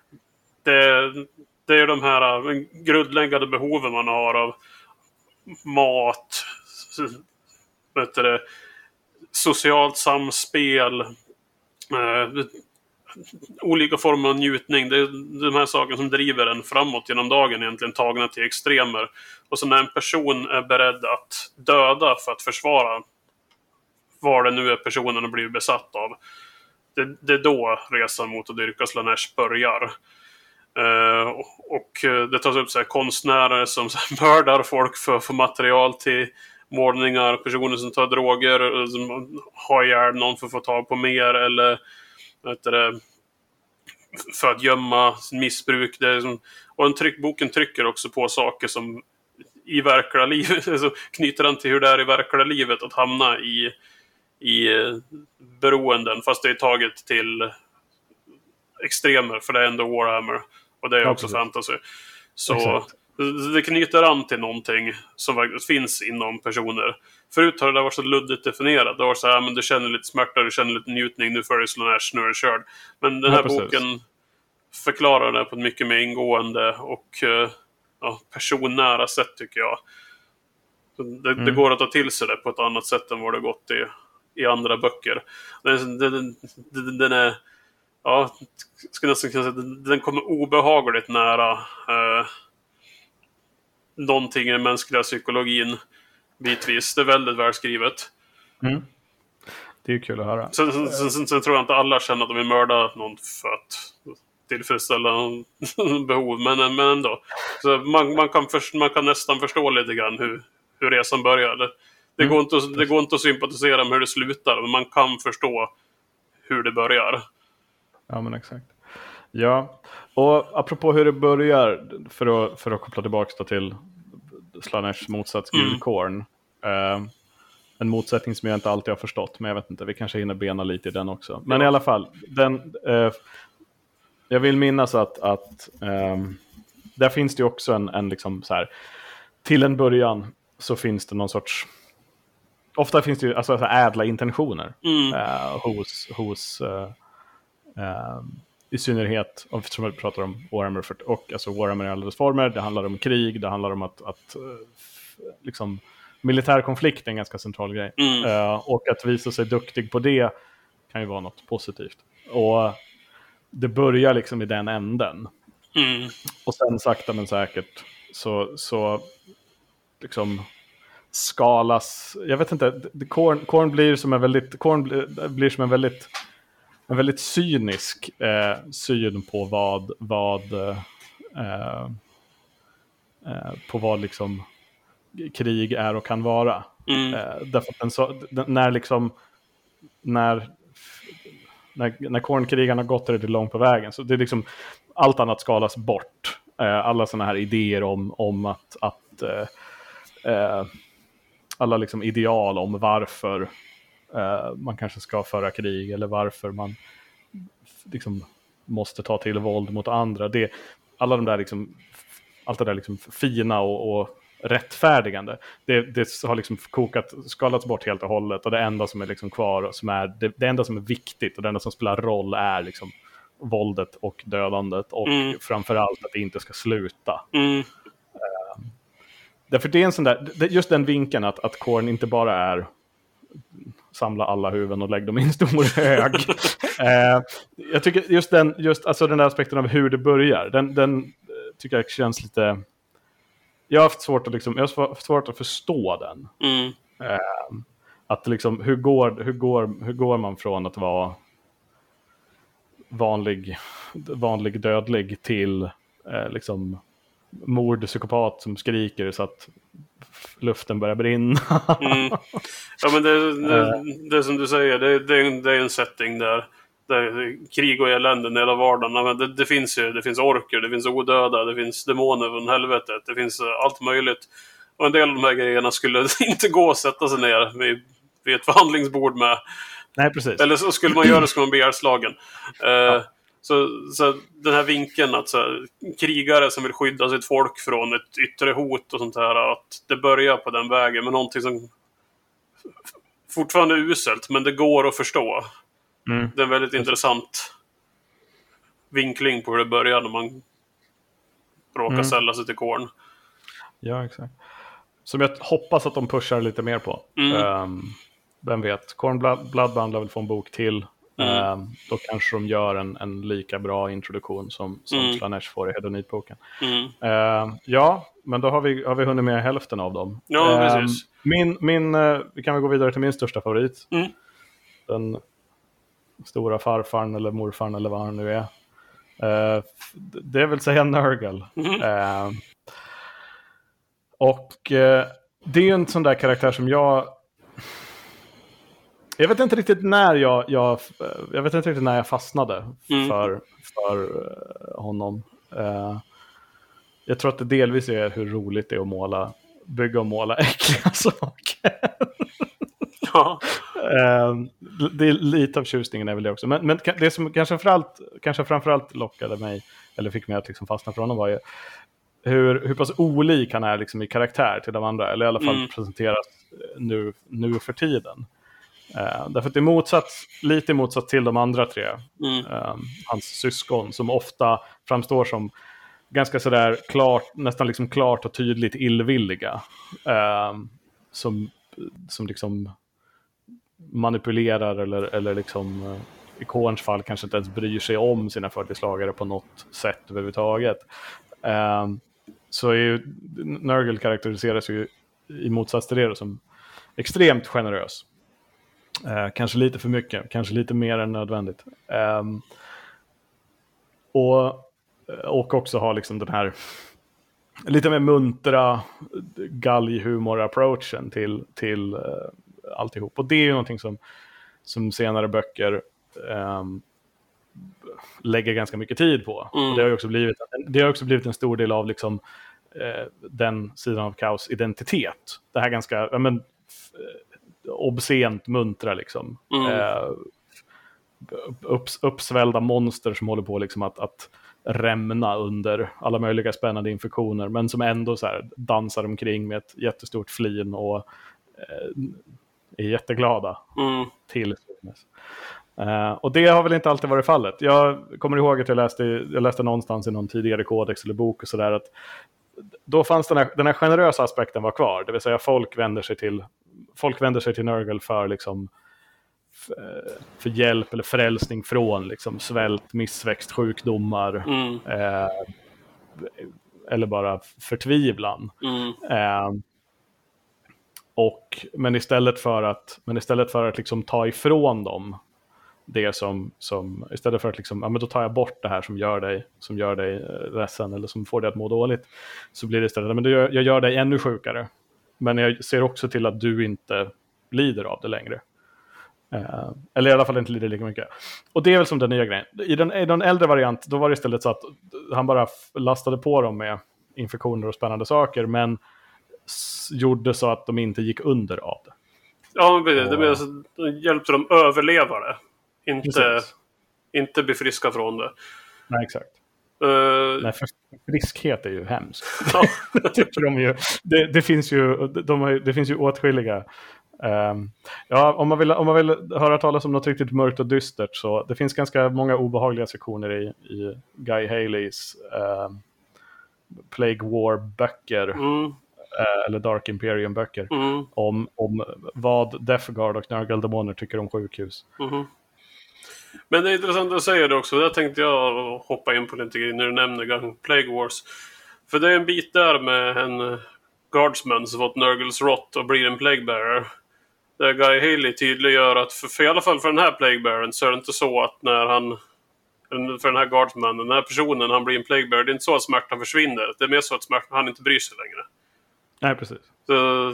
det Det är de här grundläggande behoven man har av mat, vet du det, socialt samspel, eh, olika former av njutning. Det är de här sakerna som driver en framåt genom dagen, egentligen tagna till extremer. Och så när en person är beredd att döda för att försvara vad det nu är personen har blivit besatt av, det, det är då resan mot att dyrka Slaanesh börjar. Uh, och det tas upp så här, konstnärer som så här, mördar folk för att få material till målningar, personer som tar droger, som har ihjäl någon för att få tag på mer, eller vet du, för att gömma missbruk. Det är som, och en tryck, boken trycker också på saker som i verkliga livet, alltså knyter den till hur det är i verkliga livet att hamna i, i beroenden, fast det är taget till extremer, för det är ändå Warhammer. Och det är ja, också precis. Fantasy. Så exakt. Det knyter an till någonting som faktiskt finns inom personer. Förut har det varit så luddigt definierat. Det var så här, men du känner lite smärta, du känner lite njutning, nu får du Slaanesh, nu är det körd. Men den här ja, boken förklarar det på ett mycket mer ingående och ja, personnära sätt, tycker jag. Det, mm. det går att ta till sig det på ett annat sätt än vad det gått i, i andra böcker. Den, den, den, den är... Ja, skulle nästan kunna säga att den kommer obehagligt nära eh, någonting i den mänskliga psykologin bitvis. Det är väldigt välskrivet. Mm. Det är ju kul att höra. Sen, sen, sen, sen tror jag inte alla känner att de vill mörda någon för att tillfredsställa någon behov, men, men ändå. Så man, man, kan för, man kan nästan förstå lite grann hur, hur resan börjar. Det, det, mm. går inte att, det går inte att sympatisera med hur det slutar, men man kan förstå hur det börjar. Ja, men exakt. Ja, och apropå hur det börjar, för att, för att koppla tillbaka till Slaanesh motsats Gud mm. Khorne. Uh, en motsättning som jag inte alltid har förstått, men jag vet inte, vi kanske hinner bena lite i den också. Men ja. I alla fall, den, uh, jag vill minnas att, att um, där finns det också en, en liksom så här, till en början så finns det någon sorts, ofta finns det ju alltså, så här, ädla intentioner mm. uh, hos, hos uh, Uh, i synnerhet eftersom vi pratar om Warhammer och alltså Warhammer i alla dess former. Det handlar om krig, det handlar om att, att uh, liksom, militär konflikt är en ganska central grej. Mm. Uh, och att visa sig duktig på det kan ju vara något positivt. Och det börjar liksom i den änden. Mm. Och sen sakta men säkert så, så liksom skalas, jag vet inte, Korn, Korn blir som en väldigt Korn blir, blir som en väldigt en väldigt cynisk eh, syn på vad vad eh, eh, på vad liksom krig är och kan vara. Mm. Eh, därför att den så, den, när liksom när när, när Kornkrigarna gått det långt på vägen, så det är liksom allt annat skalas bort. Eh, alla såna här idéer om, om att, att eh, eh, alla liksom ideal om varför eh, man kanske ska föra krig eller varför man liksom måste ta till våld mot andra. Det, alla de där liksom, allt det där liksom fina och, och rättfärdigande, det, det har liksom kokat, skalats bort helt och hållet, och det enda som är liksom kvar, som är, det, det enda som är viktigt och det enda som spelar roll är liksom våldet och dödandet, och mm. framförallt att det inte ska sluta. Mm. Uh, därför det är en sån där, just den vinkeln att, att Korn inte bara är samla alla huvuden och lägga dem i en stor hög. uh, jag tycker just den, just, alltså den där aspekten av hur det börjar, den, den tycker jag känns lite, jag har haft svårt att, liksom, jag har haft svårt att förstå den. Mm. Uh, att liksom, hur går, hur, går, hur går man från att vara vanlig, vanlig dödlig till eh, liksom mordpsykopat som skriker så att luften börjar brinna. mm. Ja, men det, det, det som du säger, det, det, det är en setting där, där krig och elände hela vardagen. Men det, det finns ju, det finns orker, det finns odöda, det finns demoner från helvetet, det finns allt möjligt. Och en del av de här grejerna skulle inte gå att sätta sig ner vid, vid ett förhandlingsbord med. Nej, precis. Eller så skulle man göra det, skulle man bli ihjälslagen. Uh, ja. så, så den här vinkeln att så här, krigare som vill skydda sitt folk från ett yttre hot och sånt här, att det börjar på den vägen med någonting som fortfarande är uselt, men det går att förstå. Mm. Det är en väldigt intressant vinkling på hur det börjar när man råkar mm. sälla sig till Korn. Ja, exakt. Som jag hoppas att de pushar lite mer på. Mm. Um, vem vet, Korn Bloodbound lär väl få en bok till. Mm. Um, då kanske de gör en, en lika bra introduktion som, som mm. Slaanesh får i Hedonit-boken. Mm. Uh, ja, men då har vi, har vi hunnit med hälften av dem. Ja, um, precis. Min, min, uh, vi kan väl gå vidare till min största favorit. Mm. Den stora farfarn eller morfarn eller vad han nu är. Uh, det vill säga Nurgle. Mm. Uh, och uh, det är ju en sån där karaktär som jag... Jag vet inte riktigt när jag, jag, jag, vet inte riktigt när jag fastnade mm. för, för honom. Uh, jag tror att det delvis är hur roligt det är att måla, bygga och måla äckliga saker. Ja. Uh, det är lite av tjusningen är väl det också. Men, men det som kanske framförallt, kanske framförallt lockade mig, eller fick mig att liksom fastna för honom, var ju hur, hur pass olik han är liksom i karaktär till de andra. Eller i alla fall mm. presenteras nu, nu för tiden. Uh, därför att det är motsats, lite motsats till de andra tre. Mm. Uh, hans syskon som ofta framstår som ganska sådär klart, nästan liksom klart och tydligt illvilliga. Uh, som, som liksom manipulerar eller, eller liksom uh, i Korns fall kanske inte ens bryr sig om sina följeslagare på något sätt överhuvudtaget. Uh, så är ju Nurgle karaktäriseras ju i motsats till det som extremt generös. Uh, kanske lite för mycket, kanske lite mer än nödvändigt. Um, och, och också ha liksom den här lite mer muntra galghumor-approachen till, till uh, alltihop. Och det är ju någonting som, som senare böcker um, lägger ganska mycket tid på. Mm. Och det har ju också blivit, det har också blivit en stor del av liksom, uh, den sidan av Chaos identitet. Det här ganska... Ja, men, obscent muntra liksom. Mm. Eh, upps, uppsvällda monster som håller på liksom att, att rämna under alla möjliga spännande infektioner, men som ändå så här dansar omkring med ett jättestort flin och eh, är jätteglada mm. till. Eh, och det har väl inte alltid varit fallet. Jag kommer ihåg att jag läste, jag läste någonstans i någon tidigare kodex eller bok och sådär att då fanns den här, den här generösa aspekten var kvar. Det vill säga folk vänder sig till folk vänder sig till Nurgle för liksom för hjälp eller frälsning från liksom svält, missväxt, sjukdomar mm. eh, eller bara förtvivlan. Mm. Eh, och, men istället för att, men istället för att liksom ta ifrån dem det som, som istället för att liksom, ja, men då tar jag bort det här som gör dig, som gör dig ledsen eller som får dig att må dåligt, så blir det istället, men jag, jag gör dig ännu sjukare. Men jag ser också till att du inte lider av det längre. Uh, eller i alla fall inte lider lika mycket. Och det är väl som den nya grejen. I den, i den äldre variant, då var det istället så att han bara lastade på dem med infektioner och spännande saker, men s- gjorde så att de inte gick under av det. Ja, men precis. Och, det menar så att hjälpte dem överleva det. Inte, inte bli friska från det. Nej, exakt. Uh, Nej, för friskhet är ju hemskt. det, tycker de ju, det, det, finns ju, de har, det finns ju åtskilliga. Um, ja, om man, vill, om man vill höra talas om något riktigt mörkt och dystert, så det finns ganska många obehagliga sektioner i, i Guy Haleys uh, Plague War-böcker. Mm. Uh, eller Dark Imperium-böcker. Mm. Om, om vad Death Guard och Nurgle-demoner tycker om sjukhus. Mm. Men det är intressant att säga det också. Där tänkte jag hoppa in på lite grann när du nämner Plague Wars. För det är en bit där med en Guardsman som fått Nurgles rot och blir en Plague Bearer. Där Guy Haley tydliggör att för, för i alla fall för den här Plague Bearen så är det inte så att när han, för den här Guardsman, den här personen, han blir en Plague Bearer, det är inte så att smärtan försvinner. Det är mer så att smärtan, han inte bryr sig längre. Nej, precis. Så,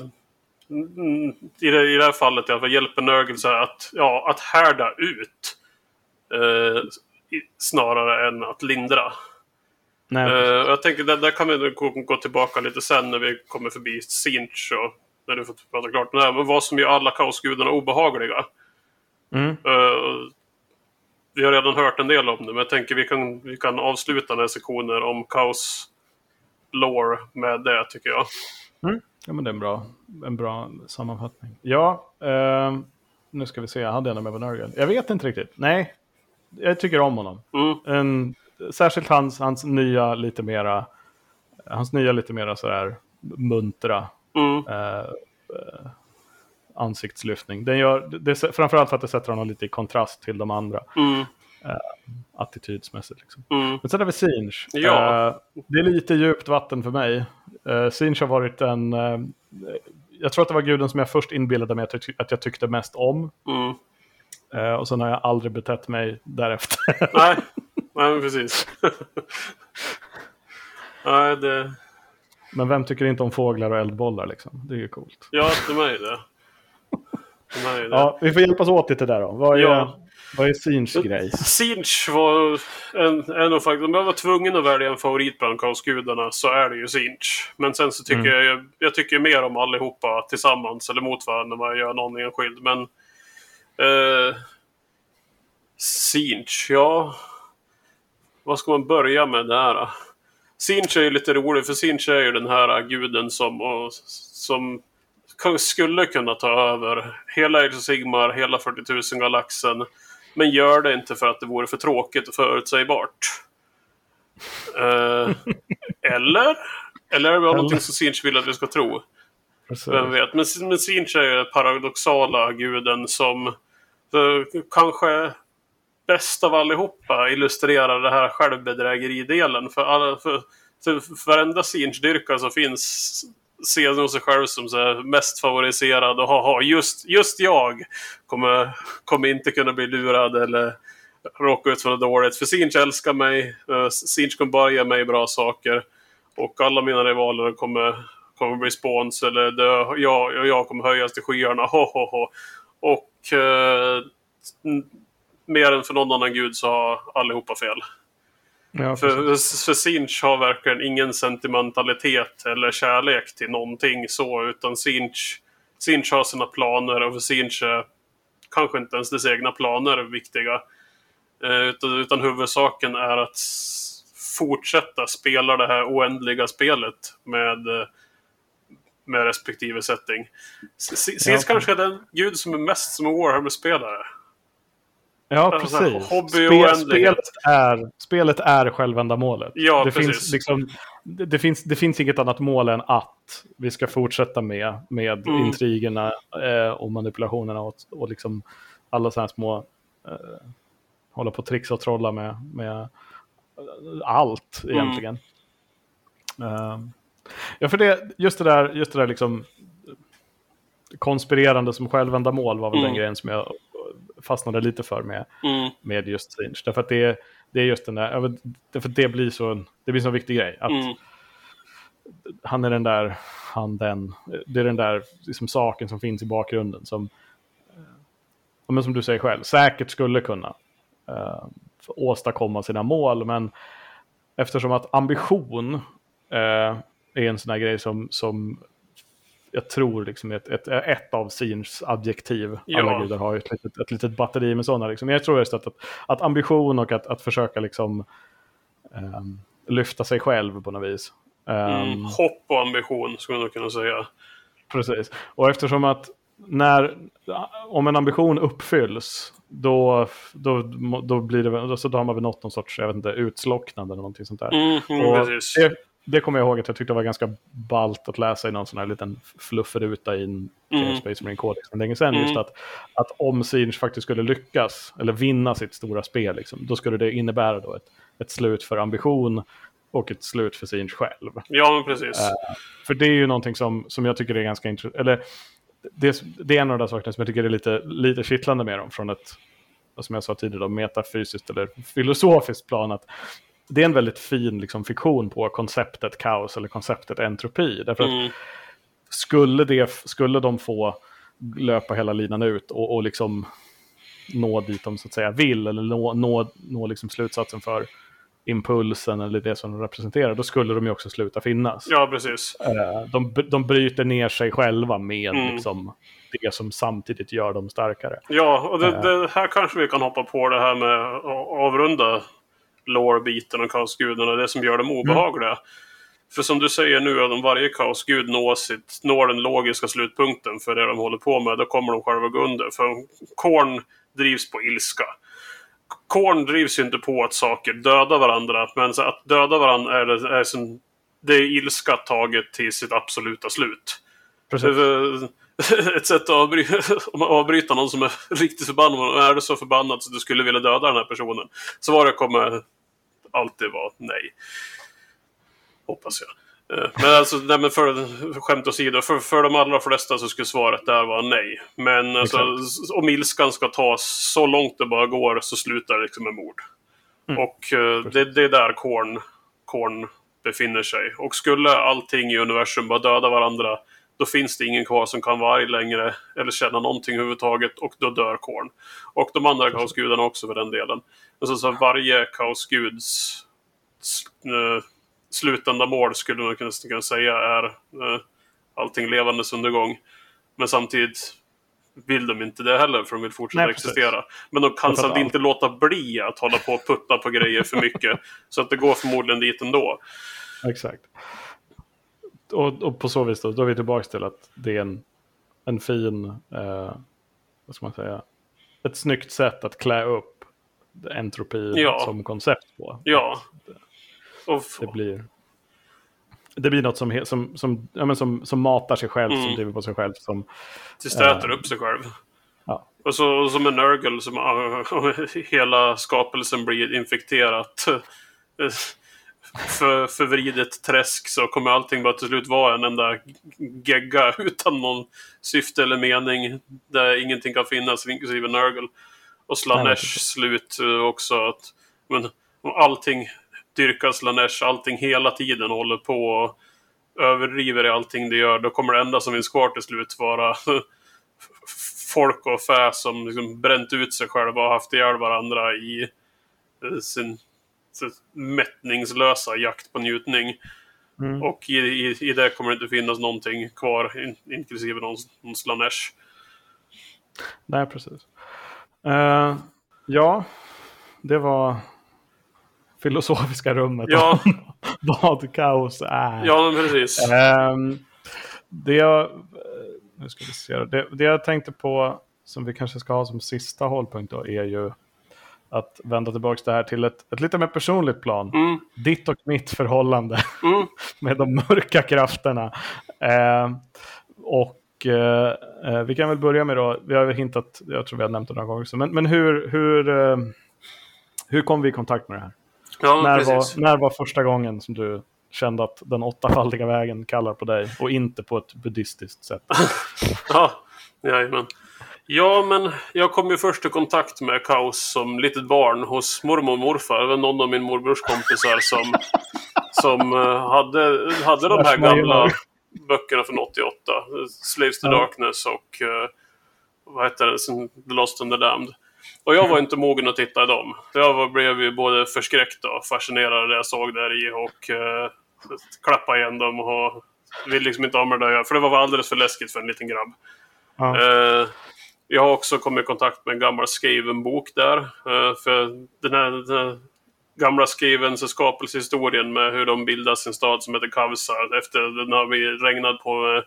i, det, i det här fallet i alla fall hjälper Nurgle så här att, ja, att härda ut eh, snarare än att lindra. Nej, uh, jag tänker där, där kan vi gå, gå tillbaka lite sen när vi kommer förbi Tzeentch och när du får prata klart om det här. Men vad som gör alla kaosgudarna obehagliga. Mm. Uh, vi har redan hört en del om det, men jag tänker vi kan, vi kan avsluta den här sektionen om kaos lore med det, tycker jag. Mm. Ja, men det är en bra, en bra sammanfattning. Ja, uh, nu ska vi se, jag hade en med Nurgle. Jag vet inte riktigt. Nej, jag tycker om honom. Mm. En, särskilt hans, hans nya lite mera hans nya lite mera så här muntra mm. eh, eh, ansiktslyftning. Den gör, det, framförallt för att det sätter honom lite i kontrast till de andra. Mm. Eh, attitydsmässigt liksom. Mm. Men sen har vi Tzeentch. Ja. Eh, det är lite djupt vatten för mig. Eh, Tzeentch har varit en eh, jag tror att det var guden som jag först inbillade mig att jag, ty- att jag tyckte mest om. Mm. Eh, och sen har jag aldrig betett mig därefter. Nej, nej men precis. Nej, det... Men vem tycker inte om fåglar och eldbollar liksom? Det är ju coolt. Ja, de är ju det. De är ju det. Ja, vi får hjälpas åt lite där då. Vad är, ja. vad är Tzeentchs grej? Tzeentch var en, en av faktiskt, om jag var tvungen att välja en favorit bland kaosgudarna så är det ju Tzeentch. Men sen så tycker mm. jag, jag tycker mer om allihopa tillsammans eller mot varandra när man gör någon enskild. Men eh, Tzeentch, ja... Vad ska man börja med där? Tzeentch är ju lite rolig, för Tzeentch är ju den här guden som, och, som skulle kunna ta över hela Age of Sigmar, hela fyrtio tusen galaxen, men gör det inte för att det vore för tråkigt och förutsägbart. uh, eller? Eller är det någonting som Tzeentch vill att vi ska tro? Precis. Vem vet? Men, men Tzeentch är ju den paradoxala guden som för, kanske... bäst av allihopa illustrerar det här självbedrägeridelen. För, alla, för, för, för varenda Tzeentch-dyrka så finns ser nog sig själv som så här mest favoriserad och haha, just, just jag kommer, kommer inte kunna bli lurad eller råka ut för något dåligt. För Tzeentch älskar mig, uh, Tzeentch kommer bara ge mig bra saker och alla mina rivaler kommer, kommer bli spåns eller dö. Jag, och jag kommer höjas till skyarna, ho, ho, ho. Och uh, mer än för någon annan gud så har allihopa fel. Ja, för för Tzeentch har verkligen ingen sentimentalitet eller kärlek till någonting så, utan Tzeentch, Tzeentch har sina planer och för Tzeentch är kanske inte ens dess egna planer är viktiga. Eh, utan, utan huvudsaken är att fortsätta spela det här oändliga spelet med, med respektive setting. Tzeentch ja, kanske är den gud som är mest som en Warhammer-spelare. Ja, precis. Spel, spelet, är, spelet är självändamålet. Ja, det, precis. Finns liksom, det, det, finns, det finns inget annat mål än att vi ska fortsätta med, med mm. intrigerna eh, och manipulationerna och, och liksom alla så här små uh, hålla på att trixa och trolla med, med allt egentligen. Mm. Uh, ja, för det, just det där, just det där liksom konspirerande som självändamål var väl mm. den grejen som jag fastnade lite för med, mm. med just Sinch. Därför att det, det är just den där, därför att det blir så, det blir så en viktig grej. Att mm. han är den där, han den, det är den där liksom saken som finns i bakgrunden som, men som du säger själv, säkert skulle kunna uh, åstadkomma sina mål, men eftersom att ambition uh, är en sån här grej som, som jag tror liksom ett, ett, ett av Sinchs adjektiv. Ja. Alla gudar har ju ett litet, ett litet batteri med sådana. Liksom. Jag tror just att, att, att ambition och att, att försöka liksom, um, lyfta sig själv på något vis. Um, mm, hopp och ambition skulle man kunna säga. Precis. Och eftersom att när, om en ambition uppfylls då, då, då blir det då, så då har man väl nått någon sorts, jag vet inte, utslocknande eller någonting sånt där. Mm, mm, och det, det kommer jag ihåg att jag tyckte det var ganska ballt att läsa i någon sån här liten flufferuta i en mm. Space Marine Codex för länge sedan. Mm. Just att, att om Sinch faktiskt skulle lyckas eller vinna sitt stora spel, liksom, då skulle det innebära då ett, ett slut för ambition och ett slut för Sinch själv. Ja, men precis. Uh, för det är ju någonting som, som jag tycker är ganska intressant. Eller det, det är en av de sakerna som jag tycker är lite, lite kittlande med dem från ett, som jag sa tidigare, då, metafysiskt eller filosofiskt plan, att det är en väldigt fin liksom, fiktion på konceptet kaos eller konceptet entropi. Därför att mm. skulle, det, skulle de få löpa hela linan ut och, och liksom nå dit de så att säga vill, eller nå, nå, nå liksom slutsatsen för impulsen eller det som de representerar, då skulle de ju också sluta finnas. Ja, precis. De, de bryter ner sig själva med mm. liksom, det som samtidigt gör dem starkare. Ja, och det, det här kanske vi kan hoppa på det här med att avrunda lore-biten och kaosgudarna, det som gör dem obehagliga. Mm. För som du säger nu, att om varje kaosgud når, sitt, når den logiska slutpunkten för det de håller på med, då kommer de själva gå under. För Khorne drivs på ilska. Khorne drivs ju inte på att saker dödar varandra, men så att döda varandra är, det, är som, det är ilska taget till sitt absoluta slut. Precis. Ett sätt att avbryta, avbryta någon som är riktigt förbannad, är det så förbannad så du skulle vilja döda den här personen, svaret kommer alltid vara nej. Hoppas jag. Men alltså, nej, men för skämt åsido, för, för de allra flesta så skulle svaret där vara nej. Men alltså, om ilskan ska tas så långt det bara går, så slutar det liksom med mord. Mm. Och uh, det, det är där Khorne, Khorne befinner sig. Och skulle allting i universum bara döda varandra, då finns det ingen kvar som kan vara arg längre eller känna någonting överhuvudtaget, och då dör Khorne. Och de andra kaosgudarna också för den delen. Alltså, så varje kaosguds uh, slutända mål skulle man kunna, kunna säga är uh, allting levandes undergång. Men samtidigt vill de inte det heller, för de vill fortsätta Nej, existera. Men de kan samt inte låta bli att hålla på och putta på grejer för mycket. Så att det går förmodligen dit ändå. Exakt. Och, och på så vis då, då är vi tillbaka till att det är en, en fin, eh, vad ska man säga, ett snyggt sätt att klä upp entropi ja. som koncept på. Ja. Och det blir det blir något som som som ja, men som som matar sig själv, mm. som driver på sig själv, som till stöter äh, upp sig själv. Ja. Och så och som en Nurgle som uh, hela skapelsen blir infekterat. För förvridet träsk, så kommer allting bara till slut vara en enda gegga utan någon syfte eller mening, där ingenting kan finnas, inklusive Nurgle. Och Slaanesh slut också, att men om allting dyrkar Slaanesh, allting hela tiden håller på och överdriver i allting det gör, då kommer det enda som finns kvar till slut vara folk och fä som liksom bränt ut sig själva och haft ihjäl varandra i sin mättningslösa jakt på njutning. Mm. Och i, i, i det kommer det inte finnas någonting kvar, in, inklusive någon, någon Slaanesh. Nej, precis. Uh, ja, det var filosofiska rummet. Ja. Vad kaos är. Ja, men precis. Uh, det, jag, nu ska vi se, det, det jag tänkte på, som vi kanske ska ha som sista hållpunkt då, är ju att vända tillbaka det här till ett, ett lite mer personligt plan. Mm. Ditt och mitt förhållande mm. med de mörka krafterna. Eh, och Och eh, vi kan väl börja med då, vi har väl hintat, jag tror vi har nämnt det några gånger också, men, men hur, hur, eh, hur kom vi i kontakt med det här? Ja, när, precis. var, när var första gången som du kände att den åttafaldiga vägen kallar på dig och inte på ett buddhistiskt sätt? Ja, jajamän. Ja, men jag kom ju först i kontakt med kaos som litet barn hos mormor och morfar. Det var någon av min morbrors kompisar som, som hade, hade de här gamla böckerna från åttioåtta. Slaves to Darkness och uh, vad heter det? The Lost and the Damned. Och jag var inte mogen att titta i dem. Jag var, blev ju både förskräckt och fascinerad när jag såg där i och uh, klappa igen dem och vill liksom inte ha med det där. För det var alldeles för läskigt för en liten grabb. Ja. Uh, jag har också kommit i kontakt med en gammal skriven bok där. Uh, för den här, den här gamla skriven så skapelsehistorien med hur de bildar sin stad som heter Kavsa. Efter den har vi regnat på uh,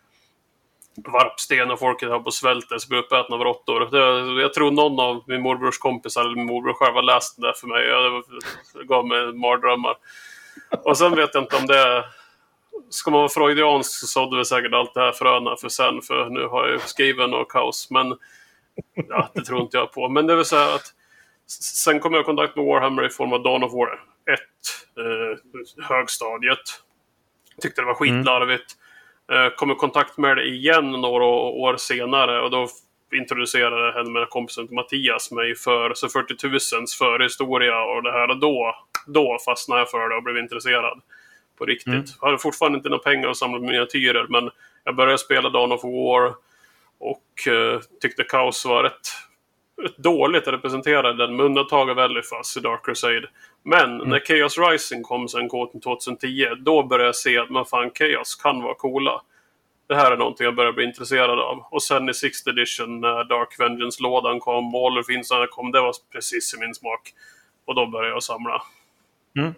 varpsten och folket har på svälter så blir uppätna av råttor. Det, jag tror någon av min morbrors kompisar eller min morbror själv har läst det där för mig. Jag, det gav mig mardrömmar. Och sen vet jag inte om det... Ska man vara freudiansk så sådde vi säkert allt det här fröna för sen. För nu har jag skriven och kaos. Men ja, det tror inte jag på. Men det vill säga att sen kom jag i kontakt med Warhammer i form av Dawn of War ett. Eh, högstadiet. Tyckte det var skitlarvigt. Mm. Eh, kom i kontakt med det igen några år senare. Och då introducerade henne med kompisen Mattias mig för så fyrtio tusens för historia och det här. Och då, då fastnade jag för det och blev intresserad. På riktigt. Mm. Jag hade fortfarande inte några pengar att samla miniatyrer, men jag började spela Dawn of War och uh, tyckte kaos var rätt, rätt dåligt att representera den med undantag av Eliphas i Dark Crusade. Men mm. när Chaos Rising kom sen tjugohundratio, då började jag se att man fan Chaos kan vara coola. Det här är någonting jag började bli intresserad av. Och sen i sixth edition när Dark Vengeance-lådan kom och Ollerfinsarna kom, det var precis i min smak. Och då började jag samla. Mm.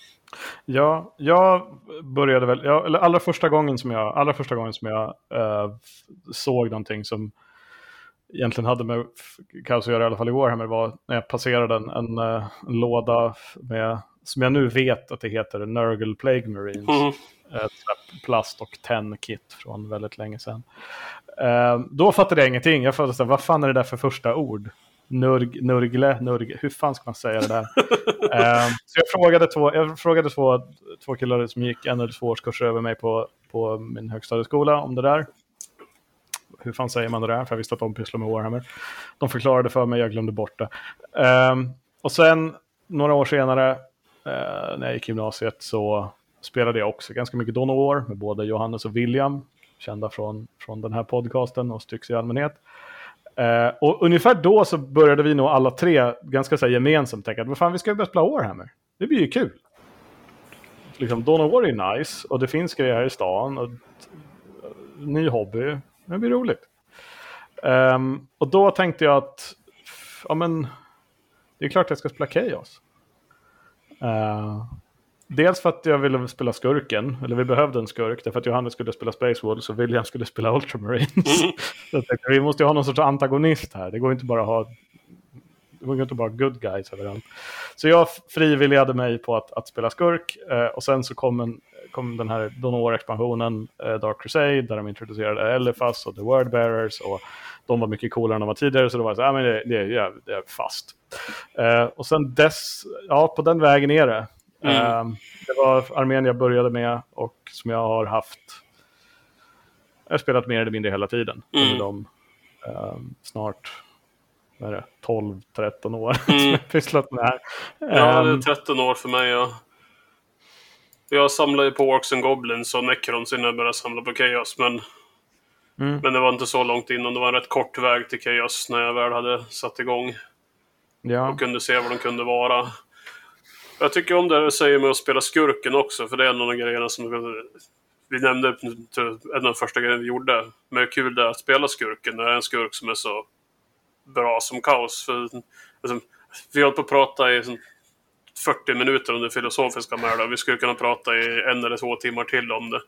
Ja, jag började väl, ja, eller allra första gången som jag, allra första gången som jag äh, såg någonting som egentligen hade med kaos att göra, i alla fall i Warhammer, var när jag passerade en, en, en låda med, som jag nu vet att det heter Nurgle Plague Marines. Mm. Ett plast och tenn kit från väldigt länge sedan. Äh, då fattade jag ingenting. Jag fattade så här, vad fan är det där för första ord? Nurg, nurgle, nurg, hur fan ska man säga det där? um, så jag frågade, två, jag frågade två, två killar som gick en eller två årskurser över mig på, på min högstadieskola om det där. Hur fan säger man det där? För jag visste att de pysslar med Warhammer. De förklarade för mig, jag glömde bort det. Um, och sen, några år senare, uh, när jag gick i gymnasiet så spelade jag också ganska mycket Dawn of War med både Johannes och William, kända från, från den här podcasten och Styx i allmänhet. Uh, och ungefär då så började vi nog alla tre ganska så här, gemensamt tänka att vad fan, vi ska ju börja spela Warhammer. Det blir ju kul. Liksom, Dawn of War är nice och det finns grejer här i stan och ny hobby. Det blir roligt. Um, och då tänkte jag att ja, men, det är klart att jag ska spela Chaos. Uh, dels för att jag ville spela skurken, eller vi behövde en skurk, därför att Johannes skulle spela Space Wolves och William skulle spela Ultramarines. Mm. Så jag tänkte, vi måste ju ha någon sorts antagonist här. Det går inte bara att ha det går inte bara good guys överallt. Så jag frivilligade mig på att, att spela skurk. Uh, och sen så kom, en, kom den här Dawn of War-expansionen uh, Dark Crusade, där de introducerade Eliphas och The Wordbearers, och de var mycket coolare än de var tidigare, så det var så, ja, men det, det, det, det är fast. Uh, och sen dess, ja, på den vägen är det. Mm. Uh, det var armén jag började med och som jag har haft, jag har spelat mer eller mindre hela tiden. Mm. Under de uh, snart vad är det, tolv tretton år mm. som jag pysslat med här. Ja, det är tretton år för mig. Ja. Jag samlade ju på Orcs and Goblins och Necrons innan jag började samla på Chaos, men Mm. Men det var inte så långt innan. Det var en rätt kort väg till Chaos när jag väl hade satt igång. Ja. Och kunde se vad de kunde vara. Jag tycker om det du säger med att spela skurken också. För det är en av de grejerna som vi nämnde. En av de första grejerna vi gjorde. Men det är kul det att spela skurken. Det är en skurk som är så bra som Kaos. För, alltså, vi har på att prata i fyrtio minuter om det filosofiska med det. Vi skulle kunna prata i en eller två timmar till om det.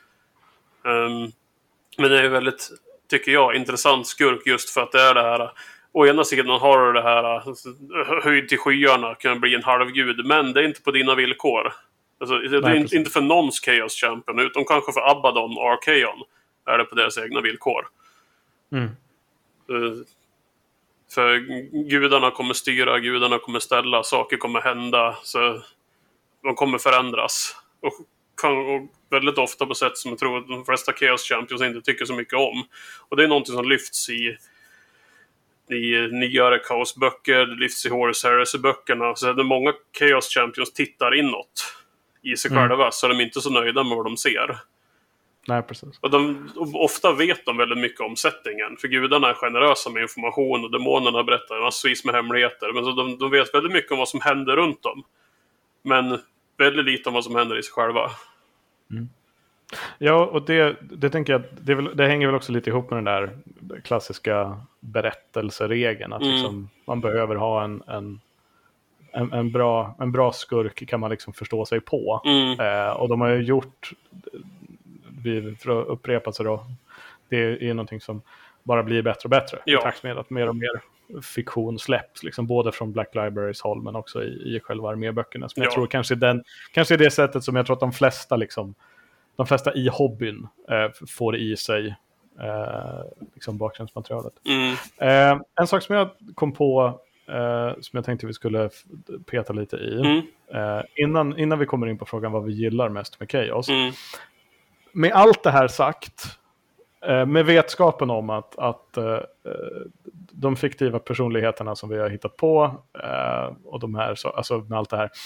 Um, men det är väldigt, tycker jag, intressant skurk just för att det är det här. Å ena sidan har du det här höjd till skyarna, kan bli en halvgud, men det är inte på dina villkor. Alltså, det är Nej, inte för någons Chaos Champion, utan kanske för Abaddon och Archaon. är det på deras egna villkor. Mm. För gudarna kommer styra, gudarna kommer ställa, saker kommer hända, så de kommer förändras. Och, kan, och väldigt ofta på sätt som jag tror att de flesta Chaos Champions inte tycker så mycket om. Och det är någonting som lyfts i i nyare Chaos-böcker, det lyfts i Horus Heresy-böckerna. Så när många Chaos Champions tittar inåt i sig Mm. själva så är de inte så nöjda med vad de ser. Nej, precis. Och de, och ofta vet de väldigt mycket om settingen. För gudarna är generösa med information och demonerna berättar massvis med hemligheter. Men så de, de vet väldigt mycket om vad som händer runt dem. Men väldigt lite om vad som händer i sig själva. Mm. Ja, och det, det tänker jag, det, är väl, det hänger väl också lite ihop med den där klassiska berättelseregeln. Att Mm. liksom, man behöver ha en, en, en, en, bra, en bra skurk kan man liksom förstå sig på. Mm. Eh, och de har ju gjort, för att upprepa sig då, det är någonting som bara blir bättre och bättre. Ja. I takt med att mer och mer fiktion släpps, liksom, både från Black Libraries håll men också i, i själva arméböckerna. Som jag Ja. tror kanske, den, kanske är det sättet som jag tror att de flesta liksom, de flesta i hobbyn eh, får i sig eh, liksom bakgrundsmaterialet. Mm. Eh, en sak som jag kom på eh, som jag tänkte vi skulle f- peta lite i Mm. eh, innan, innan vi kommer in på frågan vad vi gillar mest med Chaos. Mm. Med allt det här sagt, eh, med vetskapen om att, att eh, de fiktiva personligheterna som vi har hittat på eh, och de här, så, alltså med allt det här,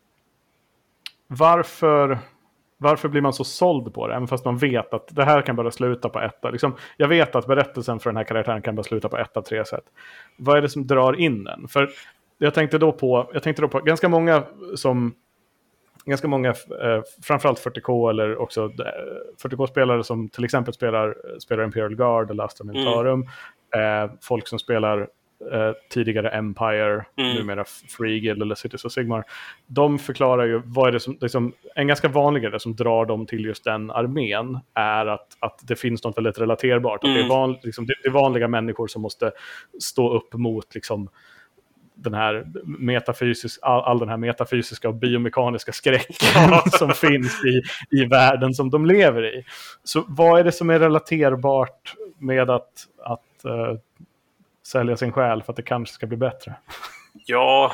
varför Varför blir man så såld på det? Även fast man vet att det här kan bara sluta på ett. Liksom, jag vet att berättelsen för den här karaktären kan bara sluta på ett av tre sätt. Vad är det som drar in den? För jag tänkte då på, jag tänkte då på ganska många som ganska många, eh, framförallt fyrtio K eller också eh, fyrtio K-spelare som till exempel spelar, spelar Imperial Guard eller Astra Militarum. Mm. Eh, folk som spelar Eh, tidigare Empire, mm. numera Free Guild eller Cities of Sigmar. De förklarar ju vad är det som, liksom, en ganska vanlig grej som drar dem till just den armén är att, att det finns något väldigt relaterbart. Mm. Att det, är van, liksom, det, det är vanliga människor som måste stå upp mot liksom, den här metafysisk, all, all den här metafysiska och biomekaniska skräcken som finns i, i världen som de lever i. Så vad är det som är relaterbart med att, att uh, sälja sin själ för att det kanske ska bli bättre? Ja.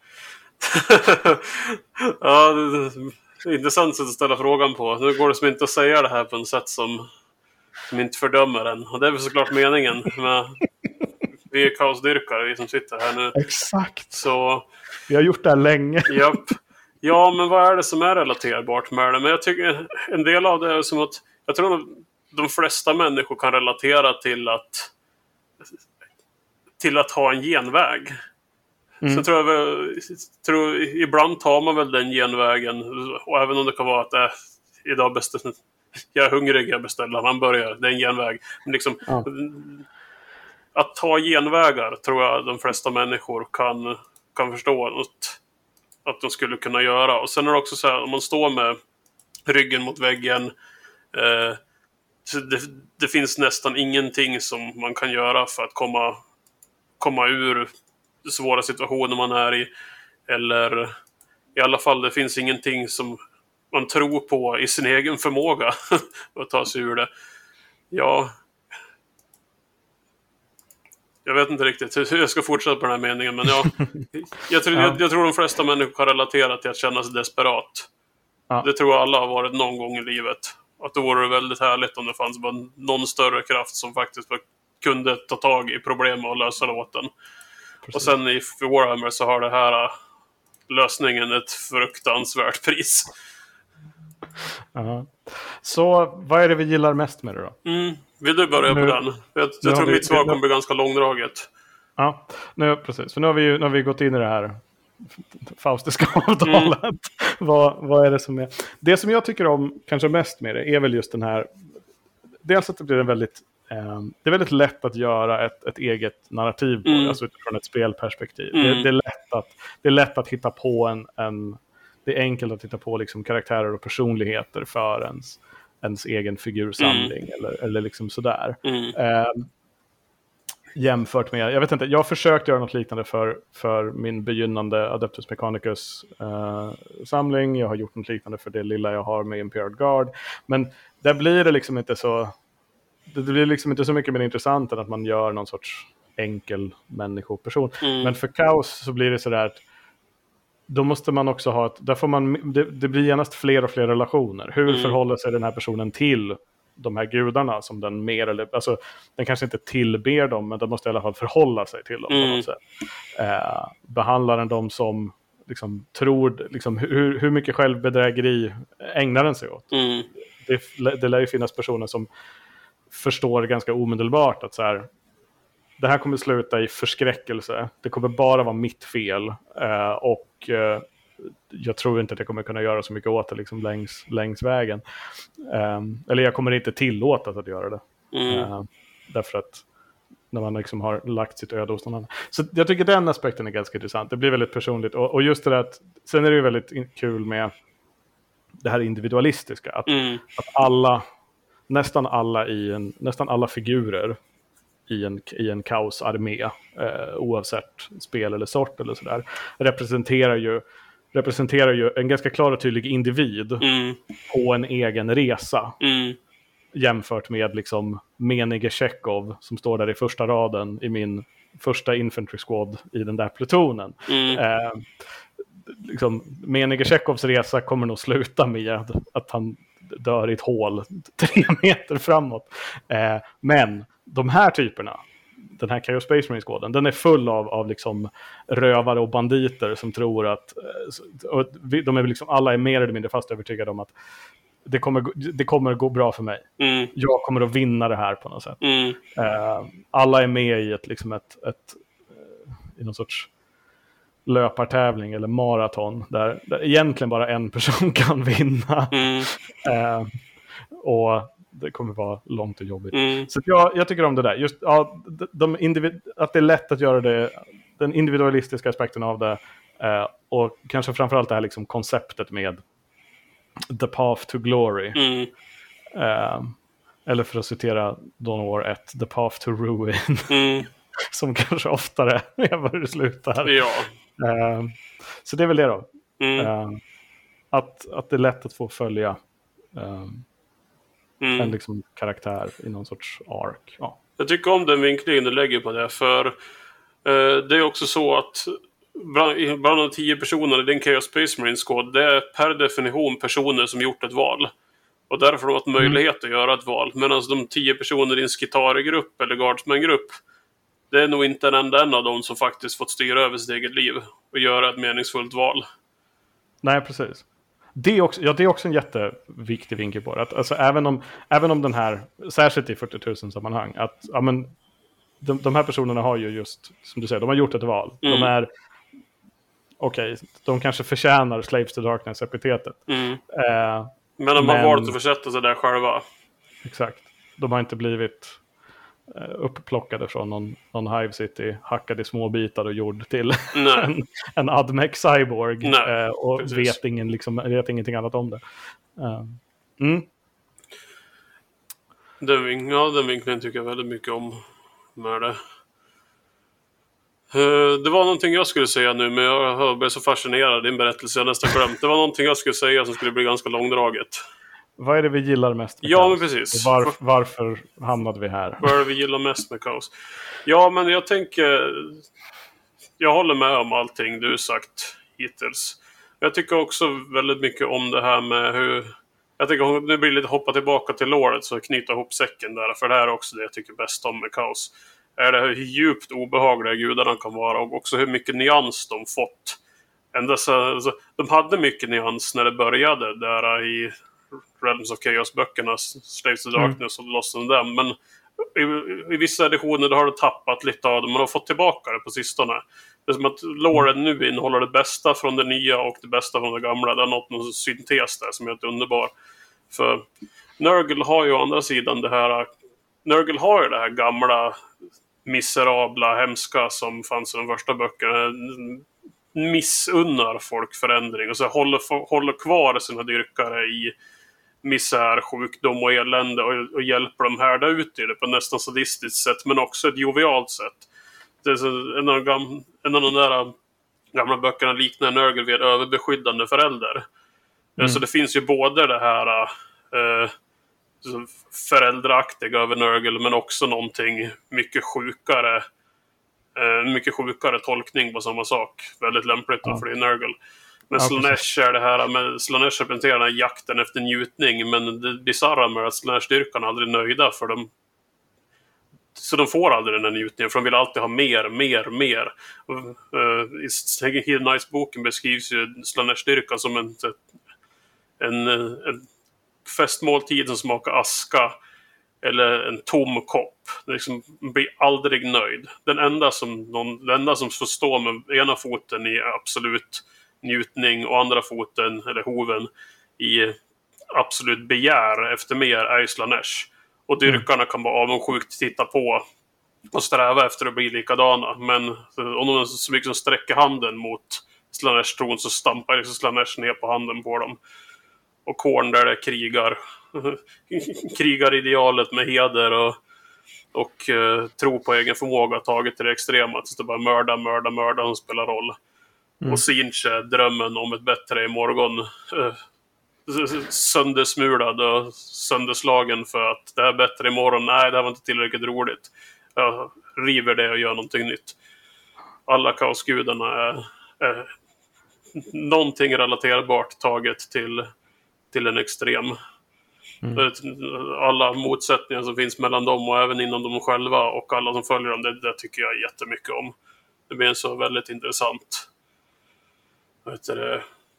Ja, det är intressant sätt att ställa frågan på. Nu går det som inte att säga det här på en sätt som, som inte fördömer den. Och det är väl såklart meningen. Med, vi är kaosdyrkare, vi som sitter här nu. Exakt. Så, vi har gjort det här länge. Japp. Ja, men vad är det som är relaterbart med det? Men jag tycker en del av det är som att jag tror att de flesta människor kan relatera till att till att ha en genväg. Mm. Så tror jag väl, tror, ibland tar man väl den genvägen, och även om det kan vara att äh, idag beställer, jag är hungrig, jag beställer en hamburgare, det är en genväg. Men liksom, ja. Att ta genvägar tror jag de flesta människor kan, kan förstå att, att de skulle kunna göra. Och sen är det också så här, om man står med ryggen mot väggen, eh, så det, det finns nästan ingenting som man kan göra för att komma komma ur svåra situationer man är i. Eller i alla fall, det finns ingenting som man tror på i sin egen förmåga att ta sig ur det. Ja. Jag vet inte riktigt hur jag ska fortsätta på den här meningen, men ja, jag, tror, ja. jag, jag tror de flesta människor kan relatera till att känna sig desperat. Ja. Det tror jag alla har varit någon gång i livet. Att det vore väldigt härligt om det fanns bara någon större kraft som faktiskt var kunde ta tag i problem och lösa låten. Precis. Och sen i Warhammer så har det här lösningen ett fruktansvärt pris. Uh-huh. Så vad är det vi gillar mest med det då? Mm. Vill du börja nu, på den? Jag, jag tror vi, mitt svar kommer bli ganska långdraget. Ja, nu, precis. För nu har, vi ju, nu har vi gått in i det här faustiska avtalet. Mm. vad, vad är det som är... Det som jag tycker om kanske mest med det är väl just den här... Dels att det blir en väldigt det är väldigt lätt att göra ett, ett eget narrativ på mm. det, alltså utifrån ett spelperspektiv. Mm. Det, det, är lätt att, det är lätt att hitta på en, en det är enkelt att hitta på liksom karaktärer och personligheter för ens, ens egen figursamling mm. eller, eller liksom sådär. Mm. Eh, jämfört med, jag vet inte, jag har försökt göra något liknande för, för min begynnande Adeptus Mechanicus eh, samling. Jag har gjort något liknande för det lilla jag har med Imperial Guard. Men där blir det liksom inte så det blir liksom inte så mycket mer intressant än att man gör någon sorts enkel människoperson. Mm. Men för kaos så blir det sådär att då måste man också ha ett, där får man, det, det blir genast fler och fler relationer. Hur mm. förhåller sig den här personen till de här gudarna som den mer eller, alltså den kanske inte tillber dem, men den måste i alla fall förhålla sig till dem mm. på något sätt. Eh, behandlar den dem som liksom tror, liksom, hur, hur mycket självbedrägeri ägnar den sig åt? Mm. Det, det lär ju finnas personer som förstår ganska omedelbart att så här, det här kommer sluta i förskräckelse. Det kommer bara vara mitt fel. Eh, och eh, jag tror inte att jag kommer kunna göra så mycket åt det liksom längs, längs vägen. Eh, eller jag kommer inte tillåta att göra det. Mm. Eh, därför att när man liksom har lagt sitt öde hos någon annan. Så jag tycker den aspekten är ganska intressant. Det blir väldigt personligt. Och, och just det där att, sen är det ju väldigt in- kul med det här individualistiska. Att, mm. att alla, nästan alla i en, nästan alla figurer i en, i en kaosarmé, eh, oavsett spel eller sort eller sådär, representerar ju, representerar ju en ganska klar och tydlig individ mm. på en egen resa. Mm. Jämfört med liksom menige Chekhov som står där i första raden i min första infantry squad i den där plutonen. Mm. Eh, liksom, menige Chekhovs resa kommer nog sluta med att han dör i ett hål tre meter framåt. Eh, men de här typerna, den här Chaos Space Marine Squaden, den är full av, av liksom rövare och banditer som tror att och de är liksom, alla är mer eller mindre fast övertygade om att det kommer, det kommer gå bra för mig. Mm. Jag kommer att vinna det här på något sätt. Mm. Uh, alla är med i ett, liksom ett, ett uh, i någon sorts löpartävling eller maraton där, där egentligen bara en person kan vinna. Mm. Uh, och det kommer vara långt och jobbigt. Mm. Så jag, jag tycker om det där. Just ja, de, de individ, att det är lätt att göra det, den individualistiska aspekten av det. Uh, och kanske framförallt det här liksom konceptet med The Path to Glory. Mm. Uh, eller för att citera Dawn War ett, The Path to Ruin. Mm. Som kanske oftare är var det slutar. Ja. Uh, så det är väl det då. Mm. Uh, att, att det är lätt att få följa uh, mm. en liksom karaktär i någon sorts ark. Ja. Jag tycker om den vinklingen du lägger på det. För uh, det är också så att Bland, bland de tio personer i den Chaos Space Marine Squad, det är per definition personer som gjort ett val. Och därför har de haft möjlighet mm. att göra ett val. Medan de tio personer i en Skitari-grupp eller Guardsman-grupp, det är nog inte en enda en av dem som faktiskt fått styra över sitt eget liv och göra ett meningsfullt val. Nej, precis. Det är också, ja, det är också en jätteviktig vinkel på det. Att, alltså, även, om, även om den här, särskilt i fyrtio tusen sammanhang, att ja, men, de, de här personerna har ju just, som du säger, de har gjort ett val. Mm. De är okej, okay, de kanske förtjänar Slaves to Darkness-epitetet. Mm. Eh, men de har men, valt att försätta sig där själva. Exakt. De har inte blivit eh, uppplockade från någon, någon Hive City, hackade i små bitar och gjord till en, en Admech cyborg. Eh, och vet, ingen, liksom, vet ingenting annat om det. Eh, mm. Den, ja, den vinkeln tycker jag väldigt mycket om med det. Det var någonting jag skulle säga nu, men jag blev så fascinerad av din berättelse jag nästan glömt. Det var någonting jag skulle säga som skulle bli ganska långdraget. Vad är det vi gillar mest med Ja, kaos? Men precis. Var, varför hamnade vi här? Vad är det vi gillar mest med kaos? Ja, men jag tänker... Jag håller med om allting du sagt hittills. Jag tycker också väldigt mycket om det här med hur... Jag tycker nu blir lite hoppa tillbaka till låret så knyta ihop säcken där. För det här är också det jag tycker bäst om med kaos. Är det hur djupt obehagliga gudarna kan vara och också hur mycket nyans de fått. Ända så, alltså, de hade mycket nyans när det började där i Realms of Chaos-böckerna, Slaves to Darkness och Lost in Them. Men i, i vissa editioner då har det tappat lite av det. Man har fått tillbaka det på sistone. Det är som att loren nu innehåller det bästa från det nya och det bästa från det gamla. Det är något, någon syntes där som är helt underbar. För Nurgle har ju å andra sidan det här... Nurgle har ju det här gamla, miserabla, hemska som fanns i de första böckerna. Missunnar folk förändring och så håller, håller kvar sina dyrkare i misär, sjukdom och elände och, och hjälper dem härda ut i det på nästan sadistiskt sätt, men också ett jovialt sätt. Det är så, en, av de gamla, en av de där gamla böckerna liknar Nurgle vid överbeskyddande förälder. Mm. Så det finns ju både det här... Uh, föräldraaktiga över Nurgle, men också någonting mycket sjukare. Eh, mycket sjukare tolkning på samma sak. Väldigt lämpligt ja. För det är Nurgle. Men ja, Slaanesh är det här, med Slaanesh representerar den här jakten efter njutning, men det bizarra med att Slaanesh-styrkan är aldrig nöjda för dem. Så de får aldrig den här njutningen, för de vill alltid ha mer, mer, mer. Uh, I Hidden Ice-boken beskrivs ju Slaanesh-styrkan som en, en, en festmåltid som smakar aska eller en tom kopp. Det liksom blir aldrig nöjd. Den enda som, någon, den enda som får stå med ena foten i absolut njutning och andra foten, eller hoven, i absolut begär efter mer är Slaanesh. Och dyrkarna kan bara avundsjukt titta på och sträva efter att bli likadana. Men om de så mycket som sträcker handen mot Slaanesh-tron så stampar liksom Slaanesh ner på handen på dem. Och Khorne där det krigar krigar idealet med heder och, och uh, tro på egen förmåga taget till det extrema. Att det bara mörda, mörda, mörda som spelar roll. Mm. Och Tzeentch, drömmen om ett bättre imorgon, uh, söndersmulad och sönderslagen för att det här är bättre imorgon. Nej, det här var inte tillräckligt roligt. Jag river det och gör någonting nytt. Alla kaosgudarna är, är någonting relaterbart taget till, till en extrem. Mm. Alla motsättningar som finns mellan dem och även inom dem själva och alla som följer dem, det, det tycker jag jättemycket om. Det blir en så väldigt intressant vet du,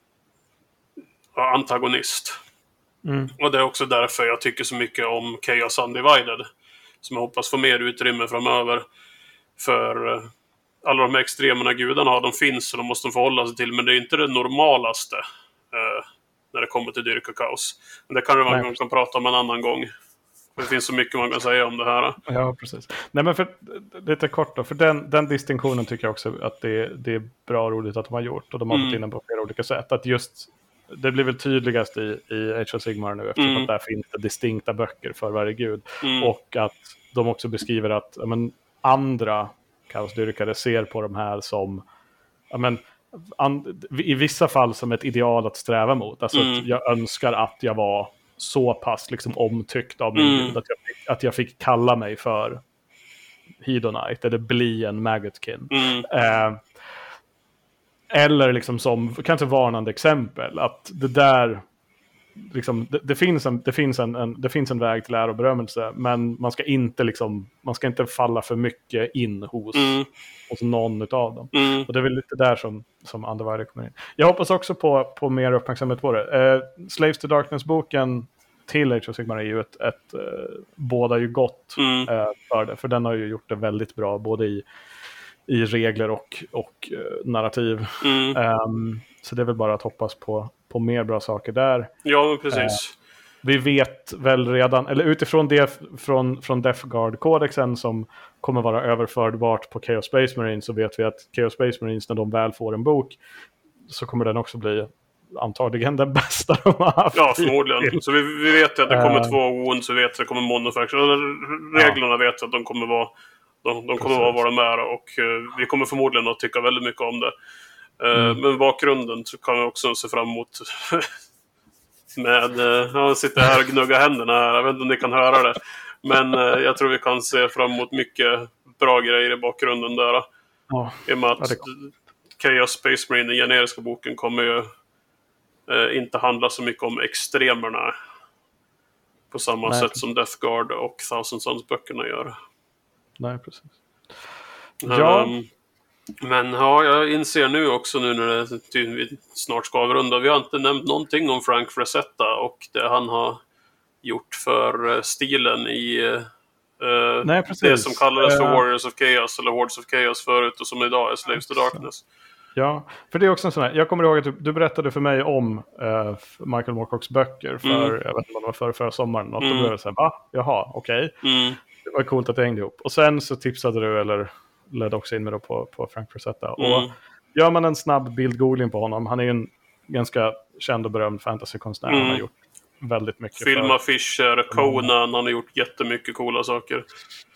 antagonist. Mm. Och det är också därför jag tycker så mycket om Chaos Undivided, som jag hoppas få mer utrymme framöver. För alla de extremerna gudarna har, de finns och de måste förhålla sig till, men det är inte det normalaste eh, när det kommer till dyrka kaos. Men det kan man Nej. kan prata om en annan gång. Det finns så mycket man kan säga om det här. Ja, precis. Nej, men för, lite kort då, för den, den distinktionen tycker jag också att det, det är bra och roligt att de har gjort. Och de har mm. gått in på flera olika sätt. Att just, det blir väl tydligast i, i Age of Sigmar nu, eftersom mm. att där finns det distinkta böcker för varje gud. Mm. Och att de också beskriver att men, andra kaosdyrkare ser på de här som men, and, i vissa fall som ett ideal att sträva mot. Alltså mm. att jag önskar att jag var så pass liksom omtyckt av min mm. gud att jag, fick, att jag fick kalla mig för Hedonite eller bli en Maggotkin. Mm. Eh, eller liksom som kanske varnande exempel att det där liksom, det, det finns en det finns en, en det finns en väg till ära och berömmelse, men man ska inte liksom man ska inte falla för mycket in hos mm. hos någon utav dem. Mm. Och det är väl lite där som som Undivided kommer in. Jag hoppas också på på mer uppmärksamhet på det. Eh, Slaves to Darkness-boken till Age of Sigmar är ju ett, ett eh, båda ju gott mm. eh, för det, för den har ju gjort det väldigt bra både i i regler och och uh, narrativ. Mm. Um, så det är väl bara att hoppas på på mer bra saker där. Ja, men precis. Uh, vi vet väl redan, eller utifrån det från, från Death Guard-kodexen som kommer vara överförbart på Chaos Space Marine, så vet vi att Chaos Space Marines, när de väl får en bok, så kommer den också bli antagligen den bästa de har haft. Ja, förmodligen. Så vi, vi vet att det kommer uh, två wounds, så vi vet att det kommer monofaction. Reglerna ja. vet att de kommer vara De, de kommer att vara med och uh, vi kommer förmodligen att tycka väldigt mycket om det. Uh, mm. Men bakgrunden så kan vi också se fram emot med, uh, jag sitter här och gnuggar händerna här, jag vet inte om ni kan höra det. Men uh, jag tror vi kan se fram emot mycket bra grejer i bakgrunden där. Ja. I och med att ja, Chaos Space Marine, den generiska boken, kommer ju uh, inte handla så mycket om extremerna på samma Nej. sätt som Death Guard och Thousand Sons-böckerna gör. Nej, precis. Ja. Um, men ja, jag inser nu också nu när det, vi snart ska avrunda. Vi har inte nämnt någonting om Frank Frazetta och det han har gjort för stilen i uh, Nej, det som kallades för uh, Warriors of Chaos eller Hordes of Chaos förut och som idag är Slaves to Darkness. Ja, för det är också en sån här, jag kommer ihåg att du, du berättade för mig om uh, Michael Moorcocks böcker för, mm. jag vet inte vad det var för förra sommaren. Och mm. då blev jag så här, va? Jaha, okej. Okay. Mm. Det var coolt att det hängde ihop. Och sen så tipsade du, eller ledde också in mig då på, på Frank Frazetta. Mm. Och gör man en snabb bildgoogling på honom, han är ju en ganska känd och berömd fantasykonstnär. Mm. Han har gjort väldigt mycket. Filma för... Fisher, Conan, mm. han har gjort jättemycket coola saker.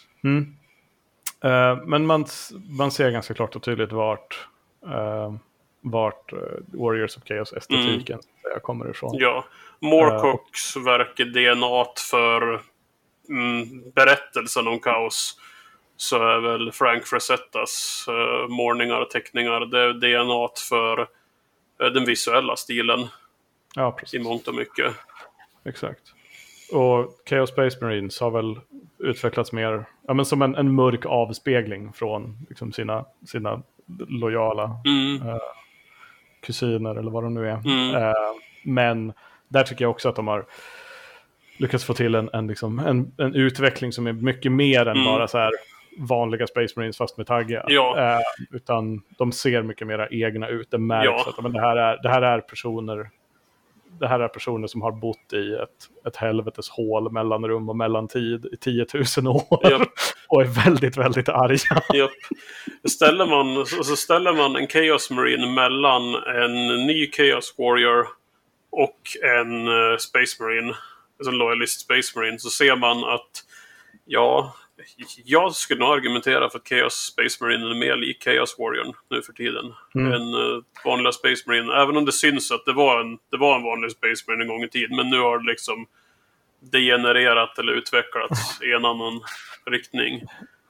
Mm. Uh, men man, man ser ganska klart och tydligt vart, uh, vart uh, Warriors of Chaos-estetiken mm. kommer ifrån. Ja, Moorcocks uh, verkar D N A för mm, berättelsen om kaos. Så är väl Frank Frazettas uh, målningar och teckningar, det är D N A för uh, den visuella stilen. Ja, precis. I mångt och mycket. Exakt. Och Chaos Space Marines har väl utvecklats mer ja, men som en, en mörk avspegling från liksom, sina, sina lojala mm. uh, kusiner eller vad de nu är. Mm. Uh, men där tycker jag också att de har lyckats få till en, en, liksom, en, en utveckling som är mycket mer än mm. bara så här vanliga Space Marines fast med taggar. Ja. Uh, utan de ser mycket mer egna ut. Det märks ja. att men det, här är, det här är personer det här är personer som har bott i ett, ett helvetes hål mellan rum och mellan tid i tiotusen år. Yep. Och är väldigt, väldigt arga. Yep. Ställer man, så ställer man en Chaos Marine mellan en ny Chaos Warrior och en uh, Space Marine, alltså en Loyalist Space Marine, så ser man att ja, jag skulle nog argumentera för att Chaos Space Marine är mer lik Chaos Warrior nu för tiden mm. än uh, vanliga Space Marine. Även om det syns att det var en, det var en vanlig Space Marine en gång i tiden. Men nu har det liksom degenererat eller utvecklats i en annan riktning.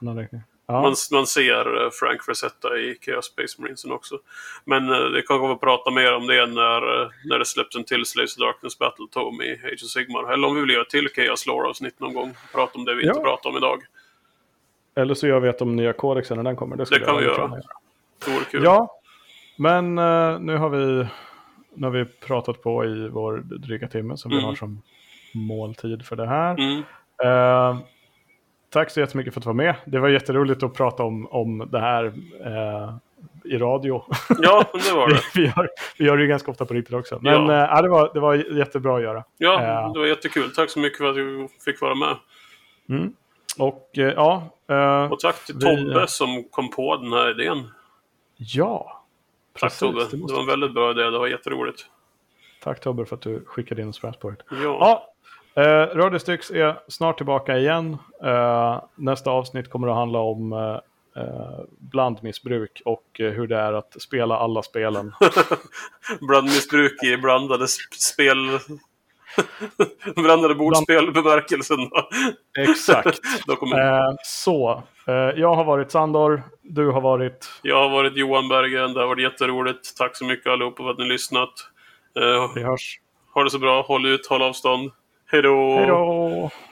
Ja. Man, man ser uh, Frank Frazetta i Chaos Space Marinesen också. Men uh, det kan gå att prata mer om det när, uh, när det släpps en till Slaves of Darkness Battle Tome i Age of Sigmar. Eller om vi vill göra till Chaos Lore-avsnitt någon gång. Prata om det vi ja. inte pratar om idag. Eller så gör vi att de nya kodexen när den kommer. Det, det kan vi göra. Det vore kul. Ja, men uh, nu har vi nu har vi pratat på i vår dryga timme som mm. vi har som måltid för det här. Mm. Uh, tack så jättemycket för att du var med. Det var jätteroligt att prata om, om det här uh, i radio. Ja, det var det. vi, gör, vi gör det ju ganska ofta på riktigt också. Men ja. uh, det, var, det var jättebra att göra. Ja, uh, det var jättekul. Tack så mycket för att du fick vara med. Mm. Och uh, ja... Uh, och tack till Tobbe vi, som kom på den här idén. Ja, precis. Tack Tobbe, det, det var en väldigt bra idé, det var jätteroligt. Tack Tobbe för att du skickade in Spratsport. Ja. ja uh, Radio Styx är snart tillbaka igen. Uh, nästa avsnitt kommer att handla om uh, uh, blandmissbruk och uh, hur det är att spela alla spelen. Blandmissbruk i blandade spel... Blandade bordspel bemärkelsen. Exakt. eh, så, eh, jag har varit Sandor. Du har varit... Jag har varit Johan Bergen. Det har varit jätteroligt. Tack så mycket allihopa för att ni lyssnat. Eh, Vi hörs. Ha det så bra. Håll ut, håll avstånd. Hej då! Hej då!